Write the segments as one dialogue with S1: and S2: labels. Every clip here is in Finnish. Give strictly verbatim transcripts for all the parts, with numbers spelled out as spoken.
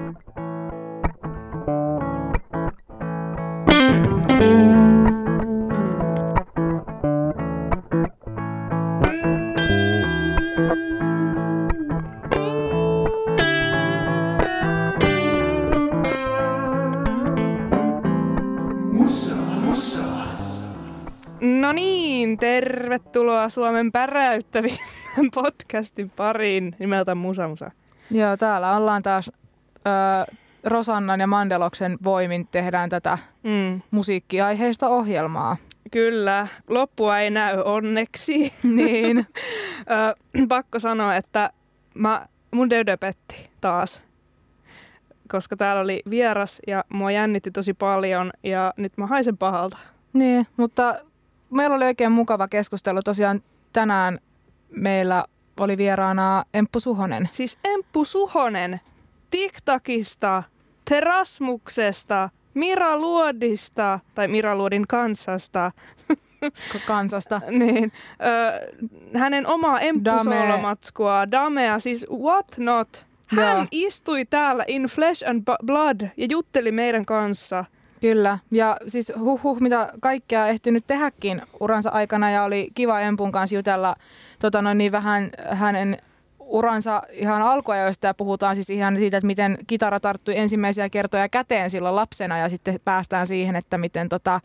S1: No niin, tervetuloa Suomen päräyttävimmän podcastin pariin nimeltä Musa Musa.
S2: Joo, täällä ollaan taas ö, Rosannan ja Mandeloksen voimin tehdään tätä mm. musiikkiaiheista ohjelmaa.
S1: Kyllä, loppua ei näy onneksi.
S2: Niin.
S1: ö, pakko sanoa, että mä, mun dödö petti taas, koska täällä oli vieras ja mua jännitti tosi paljon ja nyt mä haisen pahalta.
S2: Niin, mutta meillä oli oikein mukava keskustelu. Tosiaan tänään meillä oli vieraana Emppu Suhonen.
S1: Siis Emppu Suhonen TikTokista, Terasmuksesta, Mira Luodista tai Mira Luodin kansasta.
S2: Kansasta.
S1: niin. Ö, hänen omaa Emppu-soolomatskua, Damea, siis what not. Hän Joo. istui täällä in flesh and blood ja jutteli meidän kanssa.
S2: Kyllä, ja siis huh huh, mitä kaikkea ehtinyt tehdäkin uransa aikana ja oli kiva Empun kanssa jutella tota noin, niin vähän hänen uransa ihan alkuajoista ja puhutaan siis ihan siitä, että miten kitara tarttui ensimmäisiä kertoja käteen silloin lapsena ja sitten päästään siihen, että miten tota,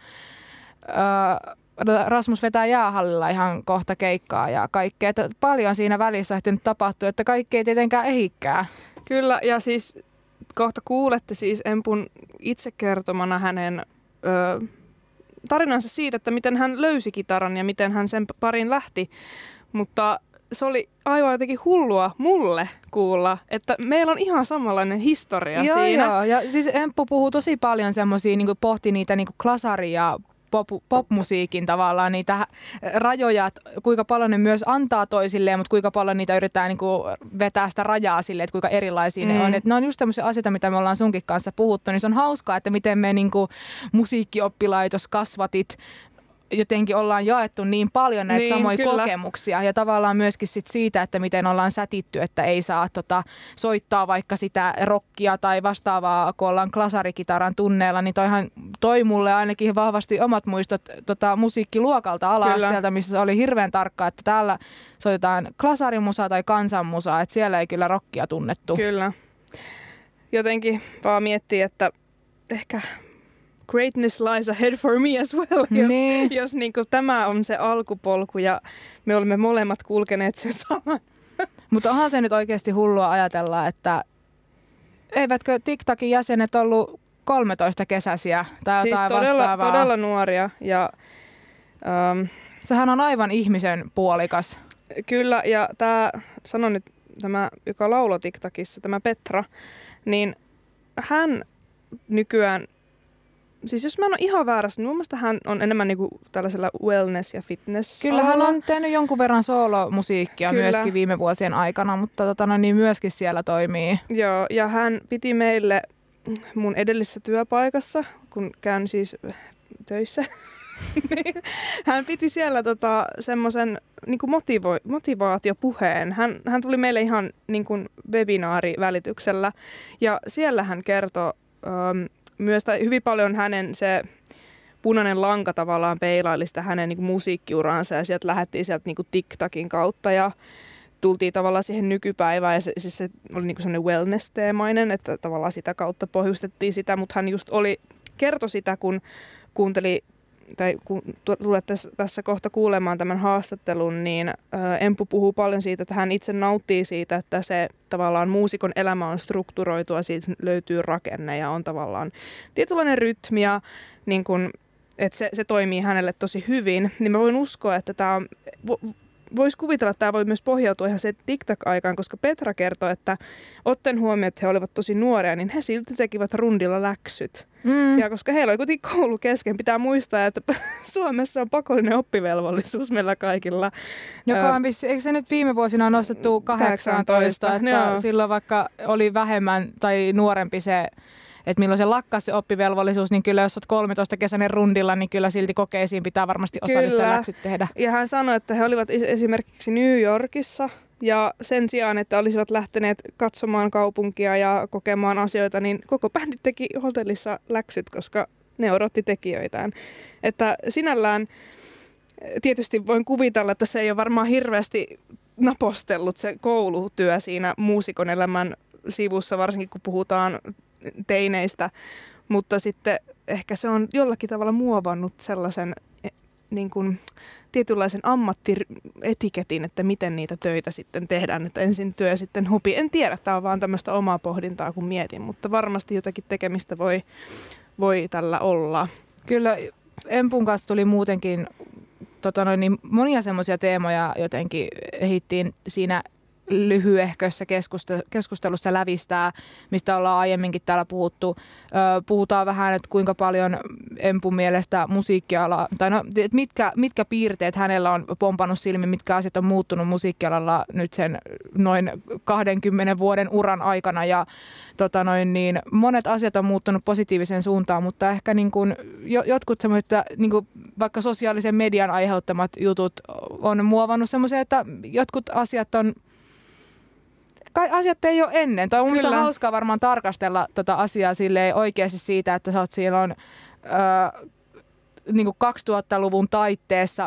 S2: ää, Rasmus vetää jäähallilla ihan kohta keikkaa ja kaikkea. Että paljon siinä välissä on ehtinyt tapahtua, että kaikki ei tietenkään ehikään.
S1: Kyllä, ja siis kohta kuulette siis Empun itse kertomana hänen ö, tarinansa siitä, että miten hän löysi kitaran ja miten hän sen pariin lähti. Mutta se oli aivan jotenkin hullua mulle kuulla, että meillä on ihan samanlainen historia
S2: joo,
S1: siinä.
S2: Joo, ja siis Emppu puhuu tosi paljon semmoisia, niin pohti niitä niin klasaria Pop, popmusiikin tavallaan niitä rajoja, että kuinka paljon ne myös antaa toisilleen, mutta kuinka paljon niitä yritetään niin kuin vetää sitä rajaa silleen, että kuinka erilaisia mm. ne on. Et ne on just tämmöisiä asioita, mitä me ollaan sunkin kanssa puhuttu, niin se on hauskaa, että miten me niin kuin musiikkioppilaitos kasvatit jotenkin ollaan jaettu niin paljon näitä niin, samoja kyllä. kokemuksia ja tavallaan myöskin sit siitä, että miten ollaan sätitty, että ei saa tota, soittaa vaikka sitä rockia tai vastaavaa, kun ollaan klasarikitaran tunneilla, niin toihan toi mulle ainakin vahvasti omat muistot tota, musiikkiluokalta ala-asteelta, missä oli hirveän tarkkaa, että täällä soitetaan klasarimusaa tai kansanmusaa, että siellä ei kyllä rockia tunnettu.
S1: Kyllä. Jotenkin vaan miettii, että ehkä greatness lies ahead for me as well, jos, niin. jos niin kuin tämä on se alkupolku ja me olemme molemmat kulkeneet sen saman.
S2: Mutta onhan se nyt oikeasti hullua ajatella, että eivätkö TikTokin jäsenet ollut kolmetoista kesäisiä tai
S1: siis
S2: jotain
S1: todella,
S2: vastaavaa?
S1: todella nuoria. Ja, um,
S2: sehän on aivan ihmisen puolikas.
S1: Kyllä, ja tämä, sanon nyt, tämä, joka lauloi TikTokissa, tämä Petra, niin hän nykyään, siis jos mä en ole ihan väärässä, niin mun mielestä hän on enemmän niinku tällaisella wellness- ja fitness.
S2: Kyllä hän on tehnyt jonkun verran soolomusiikkia Kyllä. myöskin viime vuosien aikana, mutta tota, no, niin myöskin siellä toimii.
S1: Joo, ja hän piti meille mun edellisessä työpaikassa, kun käyn siis töissä, niin hän piti siellä tota, semmoisen niinku motivo- motivaatiopuheen. Hän, hän tuli meille ihan niinku webinaarivälityksellä ja siellä hän kertoi um, myös hyvin paljon hänen se punainen lanka tavallaan peilaili sitä hänen niin kuin musiikkiuraansa ja sieltä lähdettiin sieltä niin kuin TikTokin kautta ja tultiin tavallaan siihen nykypäivään ja se, siis se oli niin kuin sellainen wellness-teemainen, että tavallaan sitä kautta pohjustettiin sitä, mutta hän just oli, kertoi sitä, kun kuunteli tai kun tulet tässä, tässä kohta kuulemaan tämän haastattelun, niin ä, Emppu puhuu paljon siitä, että hän itse nauttii siitä, että se tavallaan muusikon elämä on strukturoitua, siitä löytyy rakenne ja on tavallaan tietynlainen rytmi ja niin kun, että se, se toimii hänelle tosi hyvin. Niin mä voin uskoa, että tämä on, vo, voisi kuvitella, että tämä voi myös pohjautua ihan se TikTok-aikaan, koska Petra kertoi, että otten huomioon, että he olivat tosi nuoria, niin he silti tekivät rundilla läksyt. Mm. Ja koska heillä oli kuitenkin koulu kesken, pitää muistaa, että Suomessa on pakollinen oppivelvollisuus meillä kaikilla.
S2: Joka on vissi, eikö se nyt viime vuosina on nostettu kahdeksantoista, että joo. Silloin vaikka oli vähemmän tai nuorempi se, että milloin se lakkasi se oppivelvollisuus, niin kyllä jos olet kolmetoista kesäinen rundilla, niin kyllä silti kokeisiin pitää varmasti osallistua ja läksyt tehdä.
S1: Ja hän sanoi, että he olivat esimerkiksi New Yorkissa Ja sen sijaan, että olisivat lähteneet katsomaan kaupunkia ja kokemaan asioita, niin koko bändi teki hotellissa läksyt, koska ne odotti tekijöitään. Että sinällään tietysti voin kuvitella, että se ei ole varmaan hirveästi napostellut se koulutyö siinä muusikon elämän sivussa, varsinkin kun puhutaan teineistä, mutta sitten ehkä se on jollakin tavalla muovannut sellaisen niin kuin tietynlaisen ammattietiketin, että miten niitä töitä sitten tehdään, että ensin työ ja sitten hobi. En tiedä, tämä on vaan tämmöistä omaa pohdintaa, kun mietin, mutta varmasti jotakin tekemistä voi, voi tällä olla.
S2: Kyllä Empun kanssa tuli muutenkin tota noin, niin monia semmoisia teemoja jotenkin ehittiin siinä lyhyehkössä keskustelussa lävistää, mistä ollaan aiemminkin täällä puhuttu. Puhutaan vähän, että kuinka paljon Empun mielestä musiikkiala, tai no, että mitkä, mitkä piirteet hänellä on pompannut silmiin, mitkä asiat on muuttunut musiikkialalla nyt sen noin kahdenkymmenen vuoden uran aikana. Ja tota noin, niin monet asiat on muuttunut positiiviseen suuntaan, mutta ehkä niin kuin, jotkut semmoiset, niin kuin vaikka sosiaalisen median aiheuttamat jutut on muovannut semmoisia, että jotkut asiat on Kai asiat ei ole ennen. Toi on mun mielestä hauskaa varmaan tarkastella tota asiaa silleen oikeasti siitä, että sä oot silloin öö, niin kuin kaksituhattaluvun taitteessa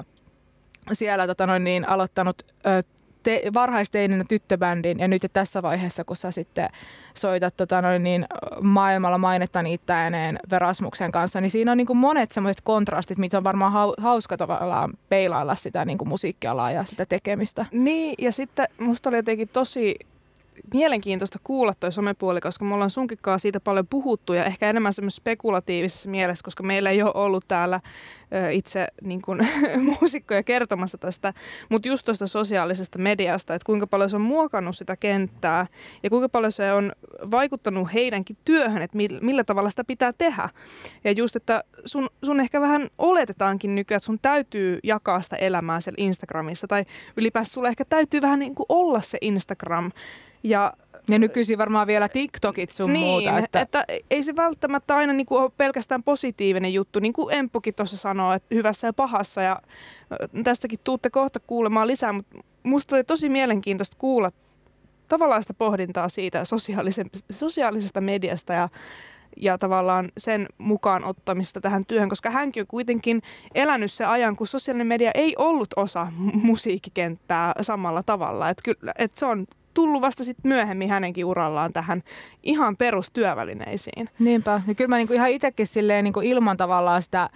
S2: siellä tota noin, niin, aloittanut öö, te, varhaisteininä tyttöbändin ja nyt tässä vaiheessa, kun sä sitten soitat tota noin, niin, maailmalla mainetta niittääneen Verasmuksen kanssa, niin siinä on niin kuin monet semmoiset kontrastit, mitä on varmaan hauska tavallaan peilailla sitä niin kuin musiikkialaa ja sitä tekemistä.
S1: Niin, ja sitten musta oli jotenkin tosi mielenkiintoista kuulla toi somepuoli, koska me ollaan sunkikkaa siitä paljon puhuttu ja ehkä enemmän semmoisessa spekulatiivisessa mielessä, koska meillä ei ole ollut täällä ö, itse niin kuin, muusikkoja kertomassa tästä, mutta just tuosta sosiaalisesta mediasta, että kuinka paljon se on muokannut sitä kenttää ja kuinka paljon se on vaikuttanut heidänkin työhön, että millä, millä tavalla sitä pitää tehdä. Ja just, että sun, sun ehkä vähän oletetaankin nykyään, että sun täytyy jakaa sitä elämää siellä Instagramissa tai ylipäänsä sulla ehkä täytyy vähän niin kuin olla se Instagram. Ja,
S2: ja nykyisin varmaan vielä TikTokit sun
S1: niin,
S2: muuta.
S1: Että... että ei se välttämättä aina niinku ole pelkästään positiivinen juttu, niin kuin Emppukin tuossa sanoo, että hyvässä ja pahassa. Ja tästäkin tuutte kohta kuulemaan lisää, mutta musta oli tosi mielenkiintoista kuulla tavallaan sitä pohdintaa siitä sosiaalisesta mediasta ja, ja tavallaan sen mukaan ottamisesta tähän työhön, koska hänkin on kuitenkin elänyt se ajan, kun sosiaalinen media ei ollut osa musiikkikenttää samalla tavalla. Että kyllä, että se on tullut vasta sit myöhemmin hänenkin urallaan tähän ihan perustyövälineisiin.
S2: Niinpä. Ja kyllä mä niinku ihan itsekin silleen niinku ilman tavallaan sitä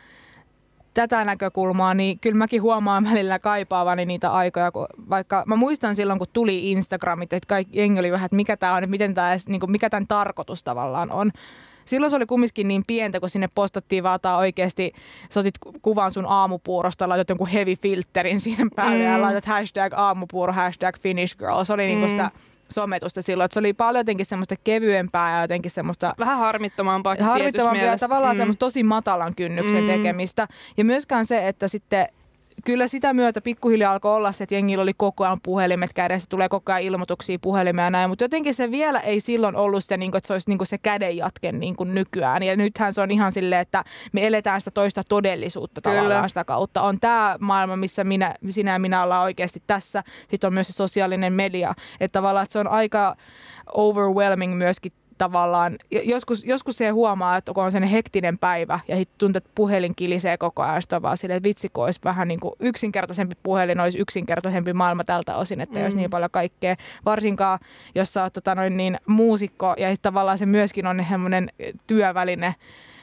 S2: tätä näkökulmaa, niin kyllä mäkin huomaan välillä kaipaavani niitä aikoja, kun vaikka mä muistan silloin, kun tuli Instagramit, että kaikki jengi oli vähän, että mikä tämä on, että miten tää, niinku, mikä tämän tarkoitus tavallaan on. Silloin se oli kumminkin niin pientä, kun sinne postattiin vaan oikeasti, sä otit kuvan sun aamupuurosta, laitat jonkun heavy filterin siihen päälle mm. ja laitat hashtag aamupuuro, hashtag Finnish girl. Se oli mm. niinku sitä sometusta silloin, että se oli paljon jotenkin semmoista kevyempää ja jotenkin semmoista
S1: vähän harmittomampaa
S2: harmittomampaa ja tavallaan mm. semmoista tosi matalan kynnyksen mm. tekemistä. Ja myöskään se, että sitten kyllä sitä myötä pikkuhiljaa alkoi olla se, että jengillä oli koko ajan puhelimet kädessä, tulee koko ajan ilmoituksia puhelimeen ja näin, mutta jotenkin se vielä ei silloin ollut sitä, että se olisi se kädenjatke niin kuin nykyään. Ja nythän se on ihan silleen, että me eletään sitä toista todellisuutta kyllä. tavallaan sitä kautta. On tämä maailma, missä minä, sinä ja minä ollaan oikeasti tässä. Sitten on myös se sosiaalinen media, että tavallaan että se on aika overwhelming myöskin tavallaan, joskus, joskus se huomaa, että kun on sellainen hektinen päivä ja sitten tuntuu, että puhelin kilisee koko ajan, sitä vaan silleen, että vitsi, kun olisi vähän niin kuin yksinkertaisempi puhelin, olisi yksinkertaisempi maailma tältä osin, että mm. ei olisi niin paljon kaikkea. Varsinkaan, jos sä oot tota noin, niin, muusikko ja tavallaan se myöskin on semmoinen työväline,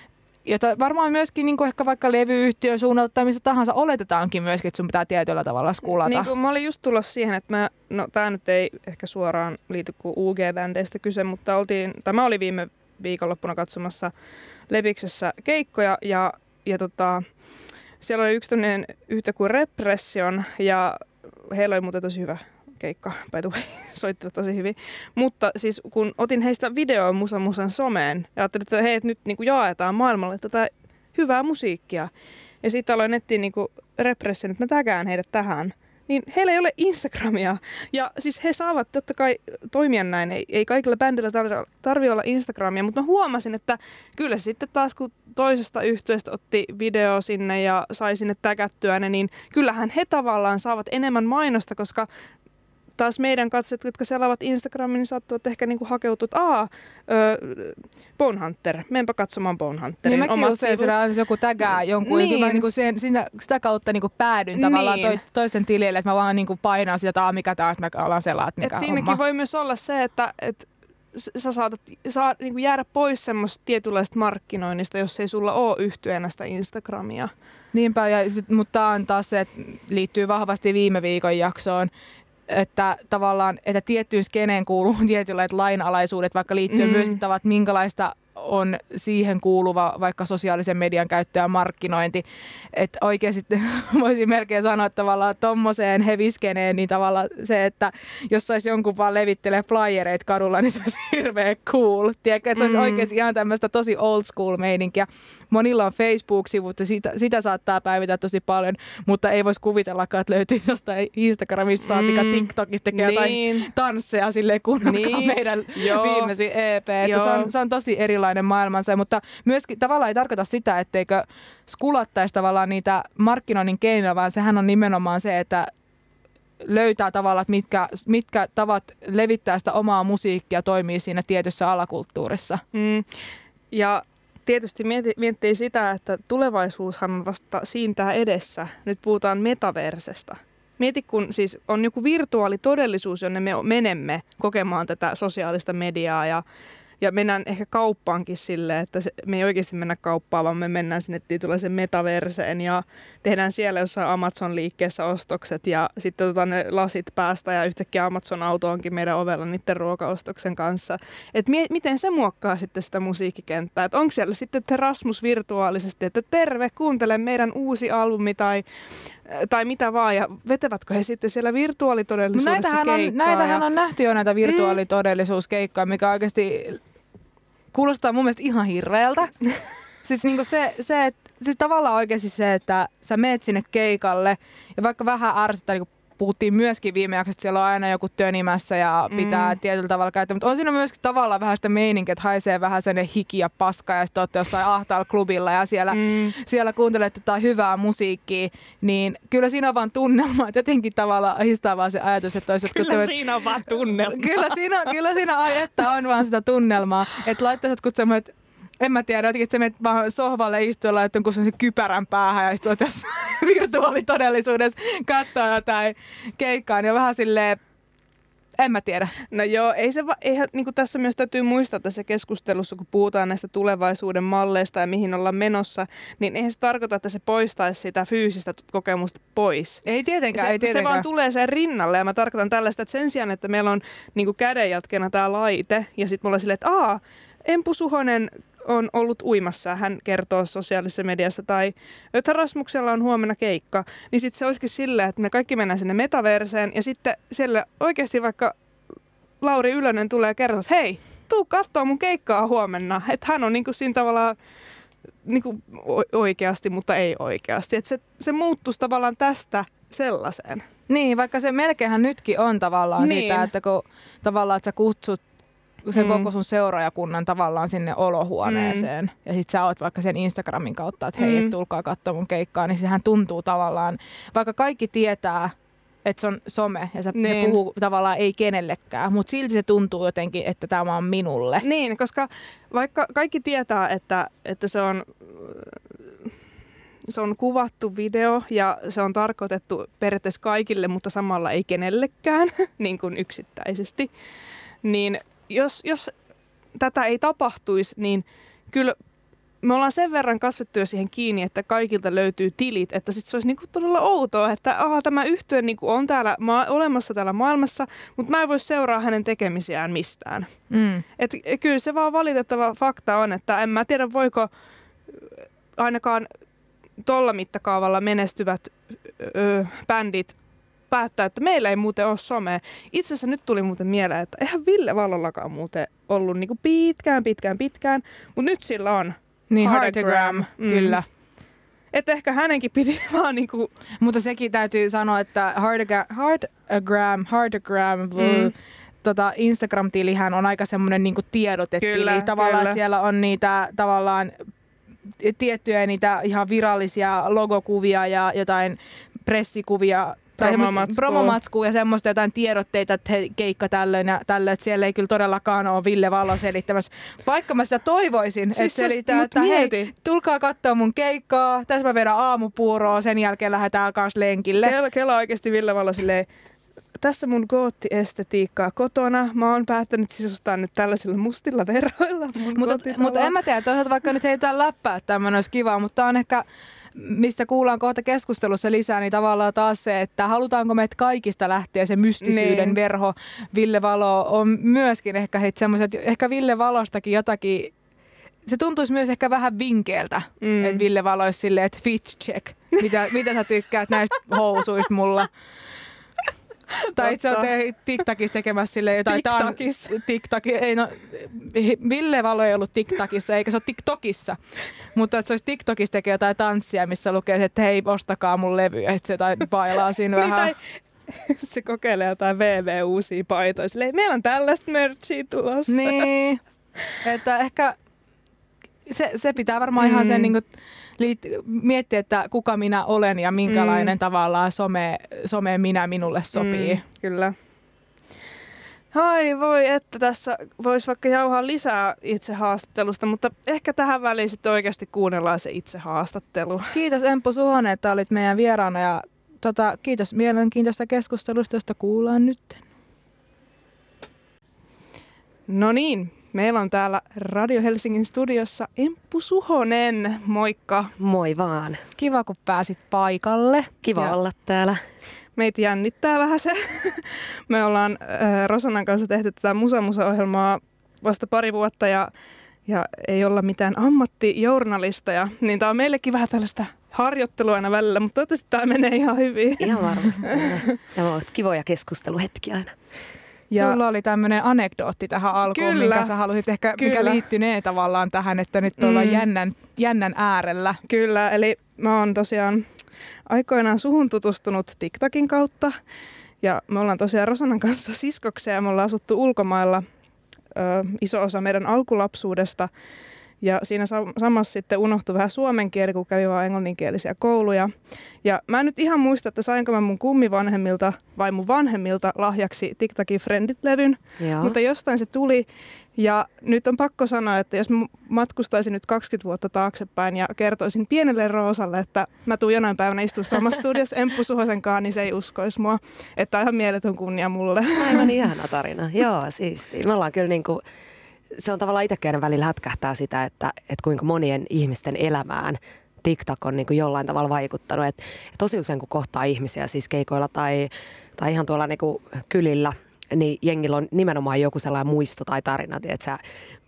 S2: jota varmaan myöskin niin kuin ehkä vaikka levyyhtiön suunnalta tai missä tahansa oletetaankin myöskin, että sun pitää tietyllä tavalla skulata.
S1: Niin kuin mä olin just tulossa siihen, että mä, no tää nyt ei ehkä suoraan liity kuin U G-bändeistä kyse, mutta oltiin, tai mä olin viime viikonloppuna katsomassa Leviksessä keikkoja ja, ja tota, siellä oli yksi tämmöinen yhtä kuin Repression ja heillä oli muuten tosi hyvä keikka, by the way, soittivat tosi hyvin. Mutta siis kun otin heistä videoa Musa Musan someen ja ajattelin, että hei, että nyt niin kuin jaetaan maailmalle tätä hyvää musiikkia. Ja sitten aloin nettiin niin kuin Repression, että mä tägään heidät tähän. Niin heillä ei ole Instagramia. Ja siis he saavat totta kai toimia näin. Ei, ei kaikilla bändillä tarvitse tarvi olla Instagramia, mutta mä huomasin, että kyllä sitten taas kun toisesta yhtyeestä otti video sinne ja sai sinne tägättyä ne, niin kyllähän he tavallaan saavat enemmän mainosta, koska taas meidän katsojat, jotka selaavat Instagramin, niin saattavat ehkä niinku hakeutua, että aah, öö, Bone Hunter, menpä katsomaan Bone Hunterin
S2: niin
S1: omat
S2: usein
S1: sivut.
S2: siellä joku tägää jonkun, niin. Mä niinku sen, sitä, sitä kautta niinku päädyin tavallaan
S1: niin.
S2: toi, toisten tilille, että mä vaan niinku painan sitä, että mikä tää on, että mä alan selaa, että mikä
S1: et
S2: on
S1: siinäkin
S2: homma.
S1: voi myös olla se, että et sä saatat saa, niinku jäädä pois semmoista tietynlaista markkinoinnista, jos ei sulla ole yhtyenä sitä Instagramia.
S2: Niinpä, ja sit, mutta tämä on taas se, että liittyy vahvasti viime viikon jaksoon, että tavallaan, että tiettyyn skeneen kuuluu tietynlaiset lainalaisuudet, vaikka liittyen mm. myös tavat, minkälaista on siihen kuuluva vaikka sosiaalisen median käyttö ja markkinointi. Että oikeasti voisin melkein sanoa, että tavallaan tommoseen heviskeneen, niin tavallaan se, että jos saisi jonkun vaan levittelee flyereita kadulla, niin se olisi hirveän cool. Tiedätkö, että se olisi mm. oikeasti ihan tämmöistä tosi old school meininkiä. Monilla on Facebook-sivut ja sitä, sitä saattaa päivitä tosi paljon, mutta ei voisi kuvitellakaan, että löytyy jostain Instagramista saatika mm. TikTokista tekee niin. jotain tansseja silleen kunnokkaan niin. meidän Joo. viimeisin E P. Että se, on, se on tosi erilainen maailmansa, mutta myöskin tavallaan ei tarkoita sitä, etteikö skulattaisi tavallaan niitä markkinoinnin keinoja, vaan sehän on nimenomaan se, että löytää tavallaan, että mitkä, mitkä tavat levittää sitä omaa musiikkia toimii siinä tietyssä alakulttuurissa.
S1: Mm. Ja tietysti miettii sitä, että tulevaisuushan on vasta siintää edessä. Nyt puhutaan metaversesta. Mieti, kun siis on joku virtuaalitodellisuus, jonne me menemme kokemaan tätä sosiaalista mediaa ja Ja mennään ehkä kauppaankin silleen, että se, me ei oikeasti mennä kauppaan, vaan me mennään sinne tietynlaiseen metaverseen ja tehdään siellä jossain Amazon-liikkeessä ostokset ja sitten otetaan ne lasit päästä ja yhtäkkiä Amazon-auto onkin meidän ovella niiden ruokaostoksen kanssa. Et mi- miten se muokkaa sitten sitä musiikkikenttää? Et onko siellä sitten te Rasmus virtuaalisesti, että terve, kuuntele meidän uusi albumi tai, tai mitä vaan ja vetävätkö he sitten siellä virtuaalitodellisuudessa
S2: näitähän
S1: keikkaa?
S2: On, näitähän
S1: ja...
S2: on nähty jo näitä virtuaalitodellisuuskeikkoja, mikä oikeasti kuulostaa mun mielestä ihan hirveältä. Siis niinku se, se että siis tavallaan oikeasti se, että sä meet sinne keikalle ja vaikka vähän ärsyttää, niin kuin puhuttiin myöskin viime jaksossa, että siellä on aina joku tönimässä ja pitää mm. tietyllä tavalla käyttää, mutta on siinä myöskin tavallaan vähän sitä meininkiä, että haisee vähän sen hiki ja paska ja sitten olette jossain ahtaalla klubilla ja siellä, mm. siellä kuuntelette jotain hyvää musiikkia, niin kyllä siinä on vaan tunnelma, että jotenkin tavallaan ahistaa vaan se ajatus, että toiset...
S1: Kyllä kun siinä on vaan tunnelma.
S2: Kyllä siinä, kyllä siinä ai, että on vaan sitä tunnelmaa, että laittaisit kun semmoinen, en mä tiedä, jotenkin, että sä menet vaan sohvalle istuilla, että on sellaisen kypärän päähän ja sitten olet jossain virtuaalitodellisuudessa katsoa jotain keikkaa, niin on vähän silleen, en mä tiedä.
S1: No joo, ei se va- eihän, niin kuin tässä myös täytyy muistaa tässä keskustelussa, kun puhutaan näistä tulevaisuuden malleista ja mihin ollaan menossa, niin eihän se tarkoita, että se poistaisi sitä fyysistä kokemusta pois.
S2: Ei tietenkään,
S1: se,
S2: ei tietenkään.
S1: Se vaan tulee sen rinnalle ja mä tarkoitan tällaista, että sen sijaan, että meillä on niin kuin kädenjatkena tämä laite ja sitten mulla on silleen, että aah, Empu Suhonen on ollut uimassa, hän kertoo sosiaalisessa mediassa, tai että Rasmuksella on huomenna keikka, niin sitten se olisikin silleen, että me kaikki mennään sinne metaverseen, ja sitten siellä oikeasti vaikka Lauri Ylönen tulee kertoa, että hei, tuu kattoo mun keikkaa huomenna, että hän on niinku siinä tavallaan niinku oikeasti, mutta ei oikeasti, että se, se muuttuisi tavallaan tästä sellaiseen.
S2: Niin, vaikka se melkeinhän nytkin on tavallaan niin. Sitä, että kun tavallaan, että sä kutsut sen mm. koko sun seuraajakunnan tavallaan sinne olohuoneeseen. Mm. Ja sit sä oot vaikka sen Instagramin kautta, että hei, mm. et tulkaa katsoa mun keikkaa, niin sehän tuntuu tavallaan, vaikka kaikki tietää, että se on some ja se, niin. se puhuu tavallaan ei kenellekään, mutta silti se tuntuu jotenkin, että tämä on minulle.
S1: Niin, koska vaikka kaikki tietää, että, että se on... Se on kuvattu video ja se on tarkoitettu periaatteessa kaikille, mutta samalla ei kenellekään, niin kuin yksittäisesti. Niin jos, jos tätä ei tapahtuisi, niin kyllä me ollaan sen verran kasvettu jo siihen kiinni, että kaikilta löytyy tilit, että sit se olisi niinku todella outoa, että aha, tämä yhtye niinku on täällä maa- olemassa täällä maailmassa, mutta mä en voi seuraa hänen tekemisiään mistään. Mm. Et kyllä se vaan valitettava fakta on, että en mä tiedä voiko ainakaan tolla mittakaavalla menestyvät öö, bändit päättää, että meillä ei muuten ole somea. Itse asiassa nyt tuli muuten mieleen, että eihän Ville Vallollakaan muuten ollut niinku pitkään, pitkään, pitkään, mutta nyt sillä on
S2: niin, Heartagram, mm. kyllä.
S1: Että ehkä hänenkin piti vaan niinku...
S2: Mutta sekin täytyy sanoa, että Heartagram, Heartagram, mm. tota Instagram-tilihän on aika semmoinen niinku tiedotetili. Kyllä, tavallaan, kyllä. Että siellä on niitä tavallaan tiettyjä niitä ihan virallisia logokuvia ja jotain pressikuvia
S1: Promomatskua.
S2: promomatskua ja semmoista jotain tiedotteita, että hei, keikka tällöin ja tällöin, että siellä ei kyllä todellakaan ole Ville Valo selittämässä. Vaikka mä sitä toivoisin, siis että selittää, että mieti. Hei, tulkaa katsoa mun keikkaa, tässä mä vedän aamupuuroa, sen jälkeen lähdetään kans lenkille.
S1: Kela, kela oikeasti Ville Valo silleen, tässä mun gootti-estetiikkaa kotona. Mä oon päättänyt sisustaa nyt tällaisilla mustilla verhoilla mun
S2: Mutta, mutta en mä tiedä, toisaalta vaikka nyt heitetään läppää, että tämmöinen olisi kiva, mutta on ehkä, mistä kuullaan kohta keskustelussa lisää, niin tavallaan taas se, että halutaanko meitä kaikista lähteä se mystisyyden niin. verho. Ville Valo on myöskin ehkä semmoiset, ehkä Ville Valostakin jotakin, se tuntuisi myös ehkä vähän vinkeeltä, mm. että Ville Valo olisi silleen, että fit check, mitä, mitä sä tykkäät näistä housuista mulla. Tai itse olet TikTokissa tekemässä silleen jotain...
S1: TikTokissa.
S2: TikTok, ei no, Ville Valo ei ollut TikTokissa, eikä se ole TikTokissa. Mutta että se olisi TikTokissa tekee jotain tanssia, missä lukee, että hei, ostakaa mun levyjä. Että se jotain bailaa siinä vähän.
S1: Niin, tai se kokeilee jotain V V-uusia paitoja. Silleen, meillä on tällaista merchia tulossa.
S2: Niin, että ehkä se, se pitää varmaan mm. ihan sen... Niin kuin, miettiä, että kuka minä olen ja minkälainen mm. tavallaan some, some minä minulle sopii.
S1: Mm, kyllä. Ai voi, että tässä voisi vaikka jauhaa lisää itse haastattelusta, mutta ehkä tähän väliin sitten oikeasti kuunnellaan se itse haastattelu.
S2: Kiitos Emppu Suhonen, että olit meidän vieraana ja tota, kiitos mielenkiintoista keskustelusta, josta kuullaan nyt.
S1: No niin. Meillä on täällä Radio Helsingin studiossa Emppu Suhonen. Moikka.
S3: Moi vaan.
S2: Kiva, kun pääsit paikalle.
S3: Kiva ja olla täällä.
S1: Meitä jännittää vähän se. Me ollaan äh, Rosanan kanssa tehty tätä Musa-Musa-ohjelmaa vasta pari vuotta ja, ja ei olla mitään ammattijournalisteja. Niin tää on meillekin vähän tällaista harjoittelua aina välillä, mutta toivottavasti tää menee ihan hyvin.
S3: Ihan varmasti. Nämä ovat kivoja keskusteluhetkiä aina.
S2: Ja sulla oli tämmöinen anekdootti tähän alkuun, kyllä, minkä sä halusit ehkä, kyllä. mikä liittynee tavallaan tähän, että nyt ollaan mm. jännän, jännän äärellä.
S1: Kyllä, eli mä oon tosiaan aikoinaan suhun tutustunut TikTokin kautta. Ja me ollaan tosiaan Rosanan kanssa siskoksia ja me ollaan asuttu ulkomailla ö, iso osa meidän alkulapsuudesta. Ja siinä samassa sitten unohtui vähän suomen kieli, kun kävi vaan englanninkielisiä kouluja. Ja mä en nyt ihan muista, että sainko mä mun kummivanhemmilta vai mun vanhemmilta lahjaksi TikTokin Friendit-levyn. Joo. Mutta jostain se tuli. Ja nyt on pakko sanoa, että jos mä matkustaisin nyt kaksikymmentä vuotta taaksepäin ja kertoisin pienelle Roosalle, että mä tuun jonain päivänä istua samassa studiossa Emppu Suhosen kanssa, niin se ei uskoisi mua. Että on ihan mieletön kunnia mulle.
S3: Aivan ihana tarina. Joo, siistiä. Me ollaan kyllä niinku... Se on tavallaan itsekin välillä hätkähtää sitä, että, että kuinka monien ihmisten elämään TikTok on niin kuin jollain tavalla vaikuttanut. Että tosi usein kun kohtaa ihmisiä siis keikoilla tai, tai ihan tuolla niin kuin kylillä, niin jengillä on nimenomaan joku sellainen muisto tai tarina, että sä,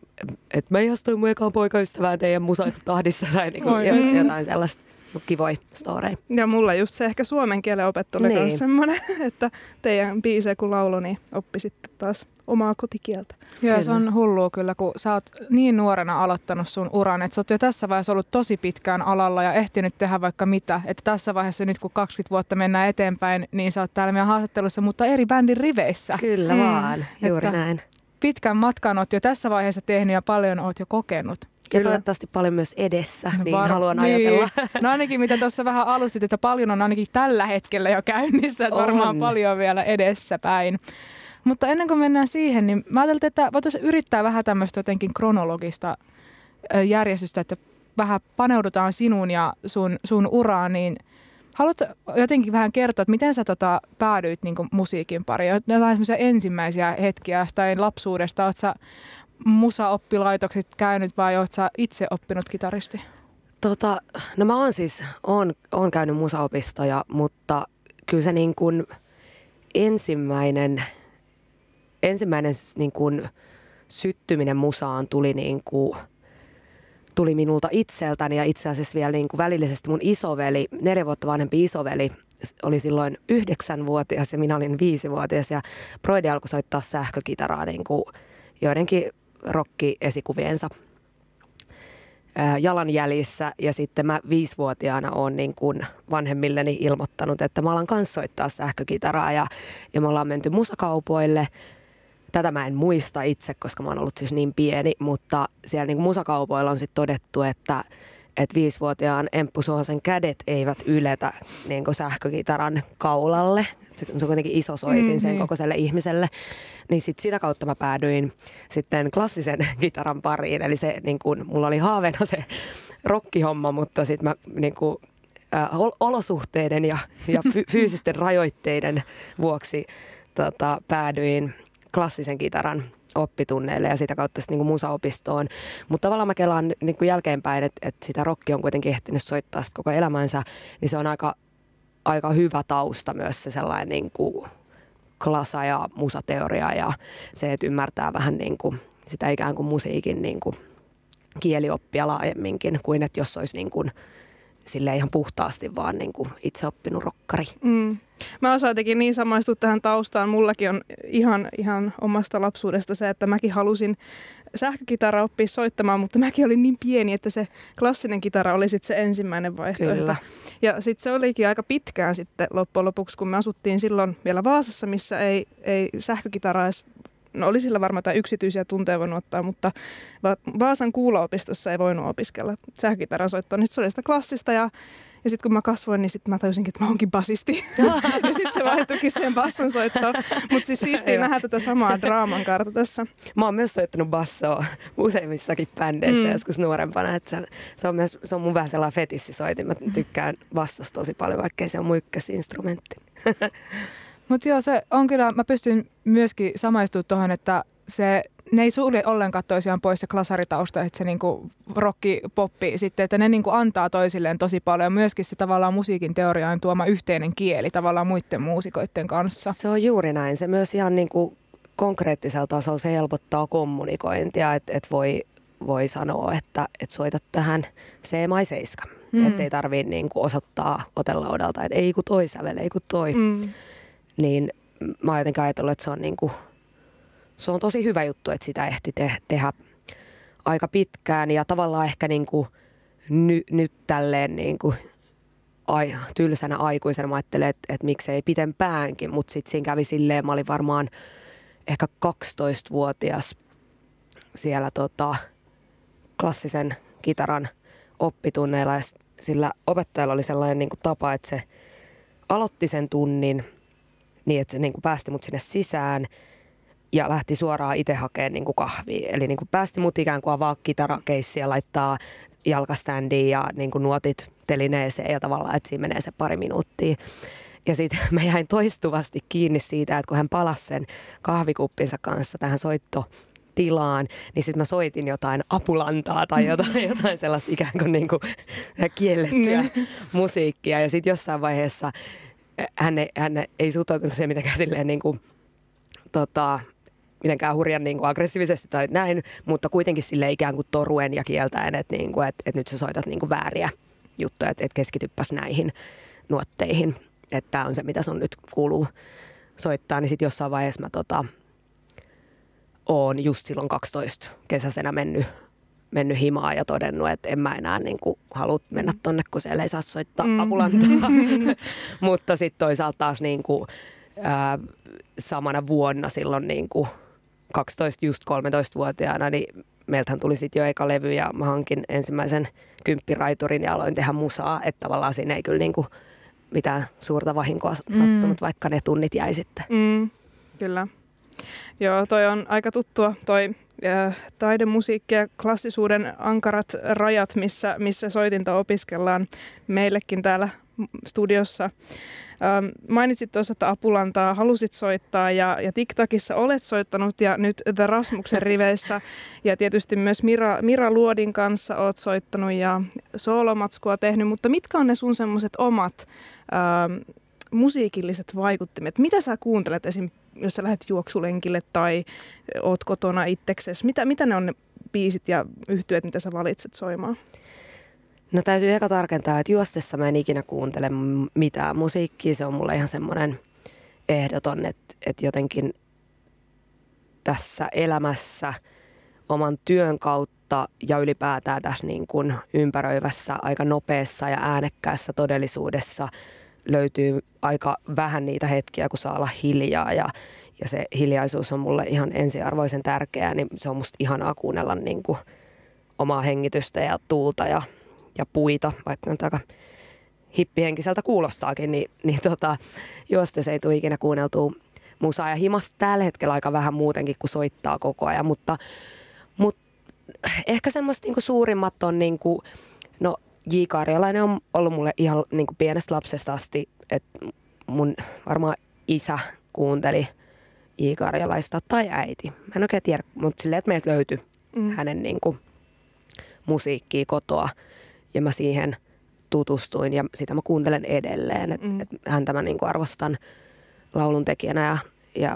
S3: että mä ihastuin mun ekaan poikaystävään teidän musatahdissa tai niin kuin jotain sellaista. Kivoja storeja.
S1: Ja mulla just se ehkä suomen kielen opettu oli niin. semmoinen, että teidän biisejä kun laulo, niin oppi sitten taas omaa kotikieltä.
S2: Joo, kyllä. Se on hullua kyllä, kun sä oot niin nuorena aloittanut sun uran, että sä oot jo tässä vaiheessa ollut tosi pitkään alalla ja ehtinyt tehdä vaikka mitä. Että tässä vaiheessa nyt kun kaksikymmentä vuotta mennään eteenpäin, niin sä oot täällä meidän haastattelussa, mutta eri bändin riveissä.
S3: Kyllä mm. vaan, juuri että näin.
S2: Pitkän matkan oot jo tässä vaiheessa tehnyt ja paljon oot jo kokenut.
S3: Ja toivottavasti paljon myös edessä, no, niin var- haluan niin. ajatella.
S2: No ainakin mitä tuossa vähän alustit, että paljon on ainakin tällä hetkellä jo käynnissä, että varmaan paljon vielä edessäpäin. Mutta ennen kuin mennään siihen, niin mä ajattelin, että voitaisiin yrittää vähän tämmöistä jotenkin kronologista järjestystä, että vähän paneudutaan sinuun ja sun, sun uraan, niin haluatko jotenkin vähän kertoa, että miten sä tota päädyit niin kuin musiikin pariin? Jotain semmoisia ensimmäisiä hetkiä tai lapsuudesta, oot sä musaoppilaitokset käynyt vai oot sä itse oppinut kitaristi?
S3: Tota, no mä oon siis, oon, oon käynyt musaopistoja, mutta kyllä se niin kuin ensimmäinen, ensimmäinen niin kuin syttyminen musaan tuli, niin kuin, tuli minulta itseltäni ja itse asiassa vielä niin kuin välillisesti mun isoveli, neljä vuotta vanhempi isoveli, oli silloin yhdeksänvuotias ja minä olin viisivuotias ja Broidi alkoi soittaa sähkökitaraa niin kuin joidenkin rock-esikuviensa jalanjäljissä ja sitten mä viisivuotiaana olen niin kuin vanhemmilleni ilmoittanut, että mä alan kanssa soittaa sähkökitaraa ja, ja me ollaan menty musakaupoille. Tätä mä en muista itse, koska mä oon ollut siis niin pieni, mutta siellä niin kuin musakaupoilla on sitten todettu, että, että viisivuotiaan Emppu Suhosen kädet eivät yletä niin kuin sähkökitaran kaulalle. Se on kuitenkin iso soitin mm, sen niin. kokoiselle ihmiselle. Niin sit sitä kautta mä päädyin sitten klassisen kitaran pariin. Eli se, niin kuin, mulla oli haaveena se rokkihomma, mutta sitten mä niin kuin, ä, olosuhteiden ja, ja fy- fyysisten rajoitteiden vuoksi tota, päädyin klassisen kitaran oppitunneille ja sitä kautta sitten niin kuin musaopistoon. Mutta tavallaan mä kelaan niin kuin jälkeenpäin, että, että sitä rockia on kuitenkin ehtinyt soittaa sit koko elämänsä, niin se on aika, aika hyvä tausta myös se sellainen niin kuin klasa ja musateoria ja se, että ymmärtää vähän niin kuin sitä ikään kuin musiikin niin kuin kielioppia laajemminkin kuin että jos olisi niin kuin silleen ihan puhtaasti vaan niin kuin itse oppinut rokkari.
S1: Mm. Mä osaan jotenkin niin samaistua tähän taustaan. Mullakin on ihan, ihan omasta lapsuudesta se, että mäkin halusin sähkökitaraa oppia soittamaan, mutta mäkin olin niin pieni, että se klassinen kitara oli sitten se ensimmäinen vaihtoehto. Kyllä. Ja sitten se olikin aika pitkään sitten loppujen lopuksi, kun me asuttiin silloin vielä Vaasassa, missä ei, ei sähkökitaraa edes, no oli sillä varmaan jotain yksityisiä tunteja voinut ottaa, mutta Vaasan kuulo-opistossa ei voinut opiskella sähkökitaran soittoa, niin se oli sitä klassista ja Ja sitten kun mä kasvoin, niin sitten mä tajusinkin, että mä oonkin basisti. Ja sitten se vaihtuikin siihen basson soittoon. Mutta siis siistiä nähdä tätä samaa draaman kaarta tässä.
S3: Mä oon myös soittanut bassoa useimmissakin bändeissä mm. joskus nuorempana. Että se, se, on myös, se on mun vähän sellainen fetissisoitin. Mä tykkään bassosta tosi paljon, vaikkei se on mun ykkösinstrumentti.
S2: Mutta joo, se on kyllä, mä pystyn myöskin samaistumaan tuohon, että se, ne ei sulje ollenkaan toisiaan pois se klasaritausta, että se niinku rocki, poppi sitten, että ne niinku antaa toisilleen tosi paljon. Ja myöskin se tavallaan musiikin teoriaan tuoma yhteinen kieli tavallaan muiden muusikoiden kanssa.
S3: Se on juuri näin. Se myös ihan niinku konkreettisella tasolla se helpottaa kommunikointia, että et voi, voi sanoa, että et soita tähän C-mai seitsemän. Mm. Että ei tarvitse niinku osoittaa otelaudalta, että ei kun toi sävele, ei kun toi. Mm. Niin mä oon jotenkin ajatellut, että se on niinku se on tosi hyvä juttu, että sitä ehti te- tehdä aika pitkään ja tavallaan ehkä niinku ny- nyt tälleen niinku ai- tylsänä aikuisena mä ajattelen, että, että miksei pitempäänkin, mutta sitten siinä kävi silleen, mä olin varmaan ehkä kaksitoistavuotias siellä tota, klassisen kitaran oppitunneilla ja sillä opettajalla oli sellainen niinku tapa, että se aloitti sen tunnin niin, että se niinku päästi mut sinne sisään ja lähti suoraan itse hakemaan niin kuin kahvia. Eli niin kuin päästi mut ikään kuin avaa kitarakeissiä, laittaa jalkaständiin ja niin kuin nuotit telineeseen ja tavallaan, että siinä menee se pari minuuttia. Ja sitten mä jäin toistuvasti kiinni siitä, että kun hän palasi sen kahvikuppinsa kanssa tähän soittotilaan, niin sitten mä soitin jotain apulantaa tai jotain, jotain sellaista ikään kuin, niin kuin kiellettyä musiikkia. Ja sitten jossain vaiheessa hän ei, hän ei suhtautunut siihen mitenkään silleen niin kuin, tota, mitenkään hurjan niin kuin aggressiivisesti tai näin, mutta kuitenkin sille ikään kuin toruen ja kieltäen, että, niin kuin, että, että nyt sä soitat niin kuin vääriä juttuja, että, että keskityppäs näihin nuotteihin. Että tämä on se, mitä sun nyt kuuluu soittaa. Niin sitten jossain vaiheessa mä tota, oon just silloin kaksitoista kesäisenä mennyt, mennyt himaan ja todennut, että en mä enää niin kuin halua mennä tonne, kun siellä ei saa soittaa mm. apulantaa. Mutta sitten toisaalta taas niin kuin, ää, samana vuonna silloin niin kuin kaksitoista, just kolmetoistavuotiaana, niin meiltähän tuli sitten jo eka levy ja mä hankin ensimmäisen kymppiraiturin ja aloin tehdä musaa, että tavallaan siinä ei kyllä niin kuin mitään suurta vahinkoa sattunut, mm. vaikka ne tunnit jäi sitten.
S1: Mm, kyllä. Joo, toi on aika tuttua, toi äh, taidemusiikki ja klassisuuden ankarat rajat, missä, missä soitinta opiskellaan meillekin täällä studiossa. Ähm, mainitsit tuossa, että apulantaa halusit soittaa ja, ja TikTokissa olet soittanut ja nyt The Rasmuksen riveissä ja tietysti myös Mira, Mira Luodin kanssa olet soittanut ja soolomatskua tehnyt, mutta mitkä on ne sun semmoiset omat ähm, musiikilliset vaikuttimet? Mitä sä kuuntelet esim. Jos sä lähdet juoksulenkille tai oot kotona itseksesi? Mitä, mitä ne on ne biisit ja yhtyeet, mitä sä valitset soimaan?
S3: No täytyy eka tarkentaa, että juostessa mä en ikinä kuuntele mitään musiikkia. Se on mulle ihan semmoinen ehdoton, että, että jotenkin tässä elämässä oman työn kautta ja ylipäätään tässä niin kuin ympäröivässä aika nopeassa ja äänekkäässä todellisuudessa löytyy aika vähän niitä hetkiä, kun saa olla hiljaa ja, ja se hiljaisuus on mulle ihan ensiarvoisen tärkeää, niin se on musta ihanaa kuunnella niin kuin omaa hengitystä ja tuulta ja ja puita, vaikka nyt aika hippihenkiseltä kuulostaakin, niin, niin tota, juostessa ei tule ikinä kuunneltua musaa. Ja himasta tällä hetkellä aika vähän muutenkin, kun soittaa koko ajan, mutta, mutta ehkä semmoista niinku suurimmat on, niinku, no J. Karjalainen on ollut mulle ihan niinku pienestä lapsesta asti, että mun varmaan isä kuunteli J. Karjalaista tai äiti. Mä en oikein tiedä, mutta silleen, että meiltä löytyi mm. hänen niinku musiikkia kotoa ja mä siihen tutustuin ja sitä mä kuuntelen edelleen. Et, mm. et häntä mä niinku arvostan lauluntekijänä ja, ja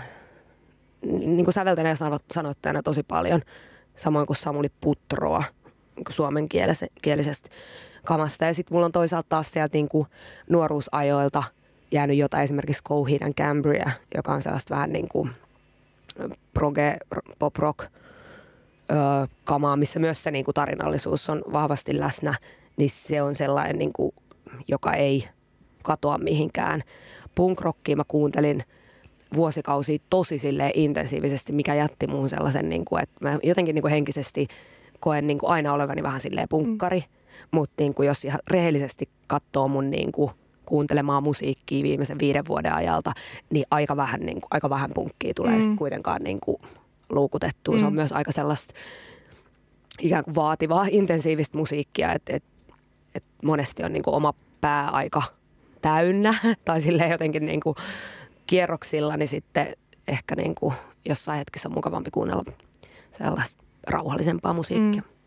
S3: niinku säveltäjänä ja sanoittajana tosi paljon. Samoin kuin Samuli Putroa niinku suomenkielisestä kamasta. Ja sitten mulla on toisaalta taas sieltä niinku nuoruusajoilta jäänyt jotain, esimerkiksi Coheed and Cambria, joka on sellaista vähän niin kuin proge, pop rock öö, kamaa, missä myös se niin kuin tarinallisuus on vahvasti läsnä, niin se on sellainen, niin kuin, joka ei katoa mihinkään. Punk-rockia mä kuuntelin vuosikausia tosi silleen intensiivisesti, mikä jätti muun sellaisen, niin kuin, että mä jotenkin niin kuin henkisesti koen niin kuin aina olevani vähän silleen punkkari, mm. mutta niin kuin jos ihan rehellisesti katsoo mun niin kuin kuuntelemaan musiikkia viimeisen viiden vuoden ajalta, niin aika vähän, niin kuin, aika vähän punkkia tulee mm. sitten kuitenkaan niin kuin luukutettua. Mm. Se on myös aika sellaista ikään kuin vaativaa, intensiivistä musiikkia, että et, et monesti on niin kuin oma pää aika täynnä tai silleen jotenkin niin kuin kierroksilla, niin sitten ehkä niin kuin jossain hetkessä on mukavampi kuunnella sellaista rauhallisempaa musiikkia. Mm.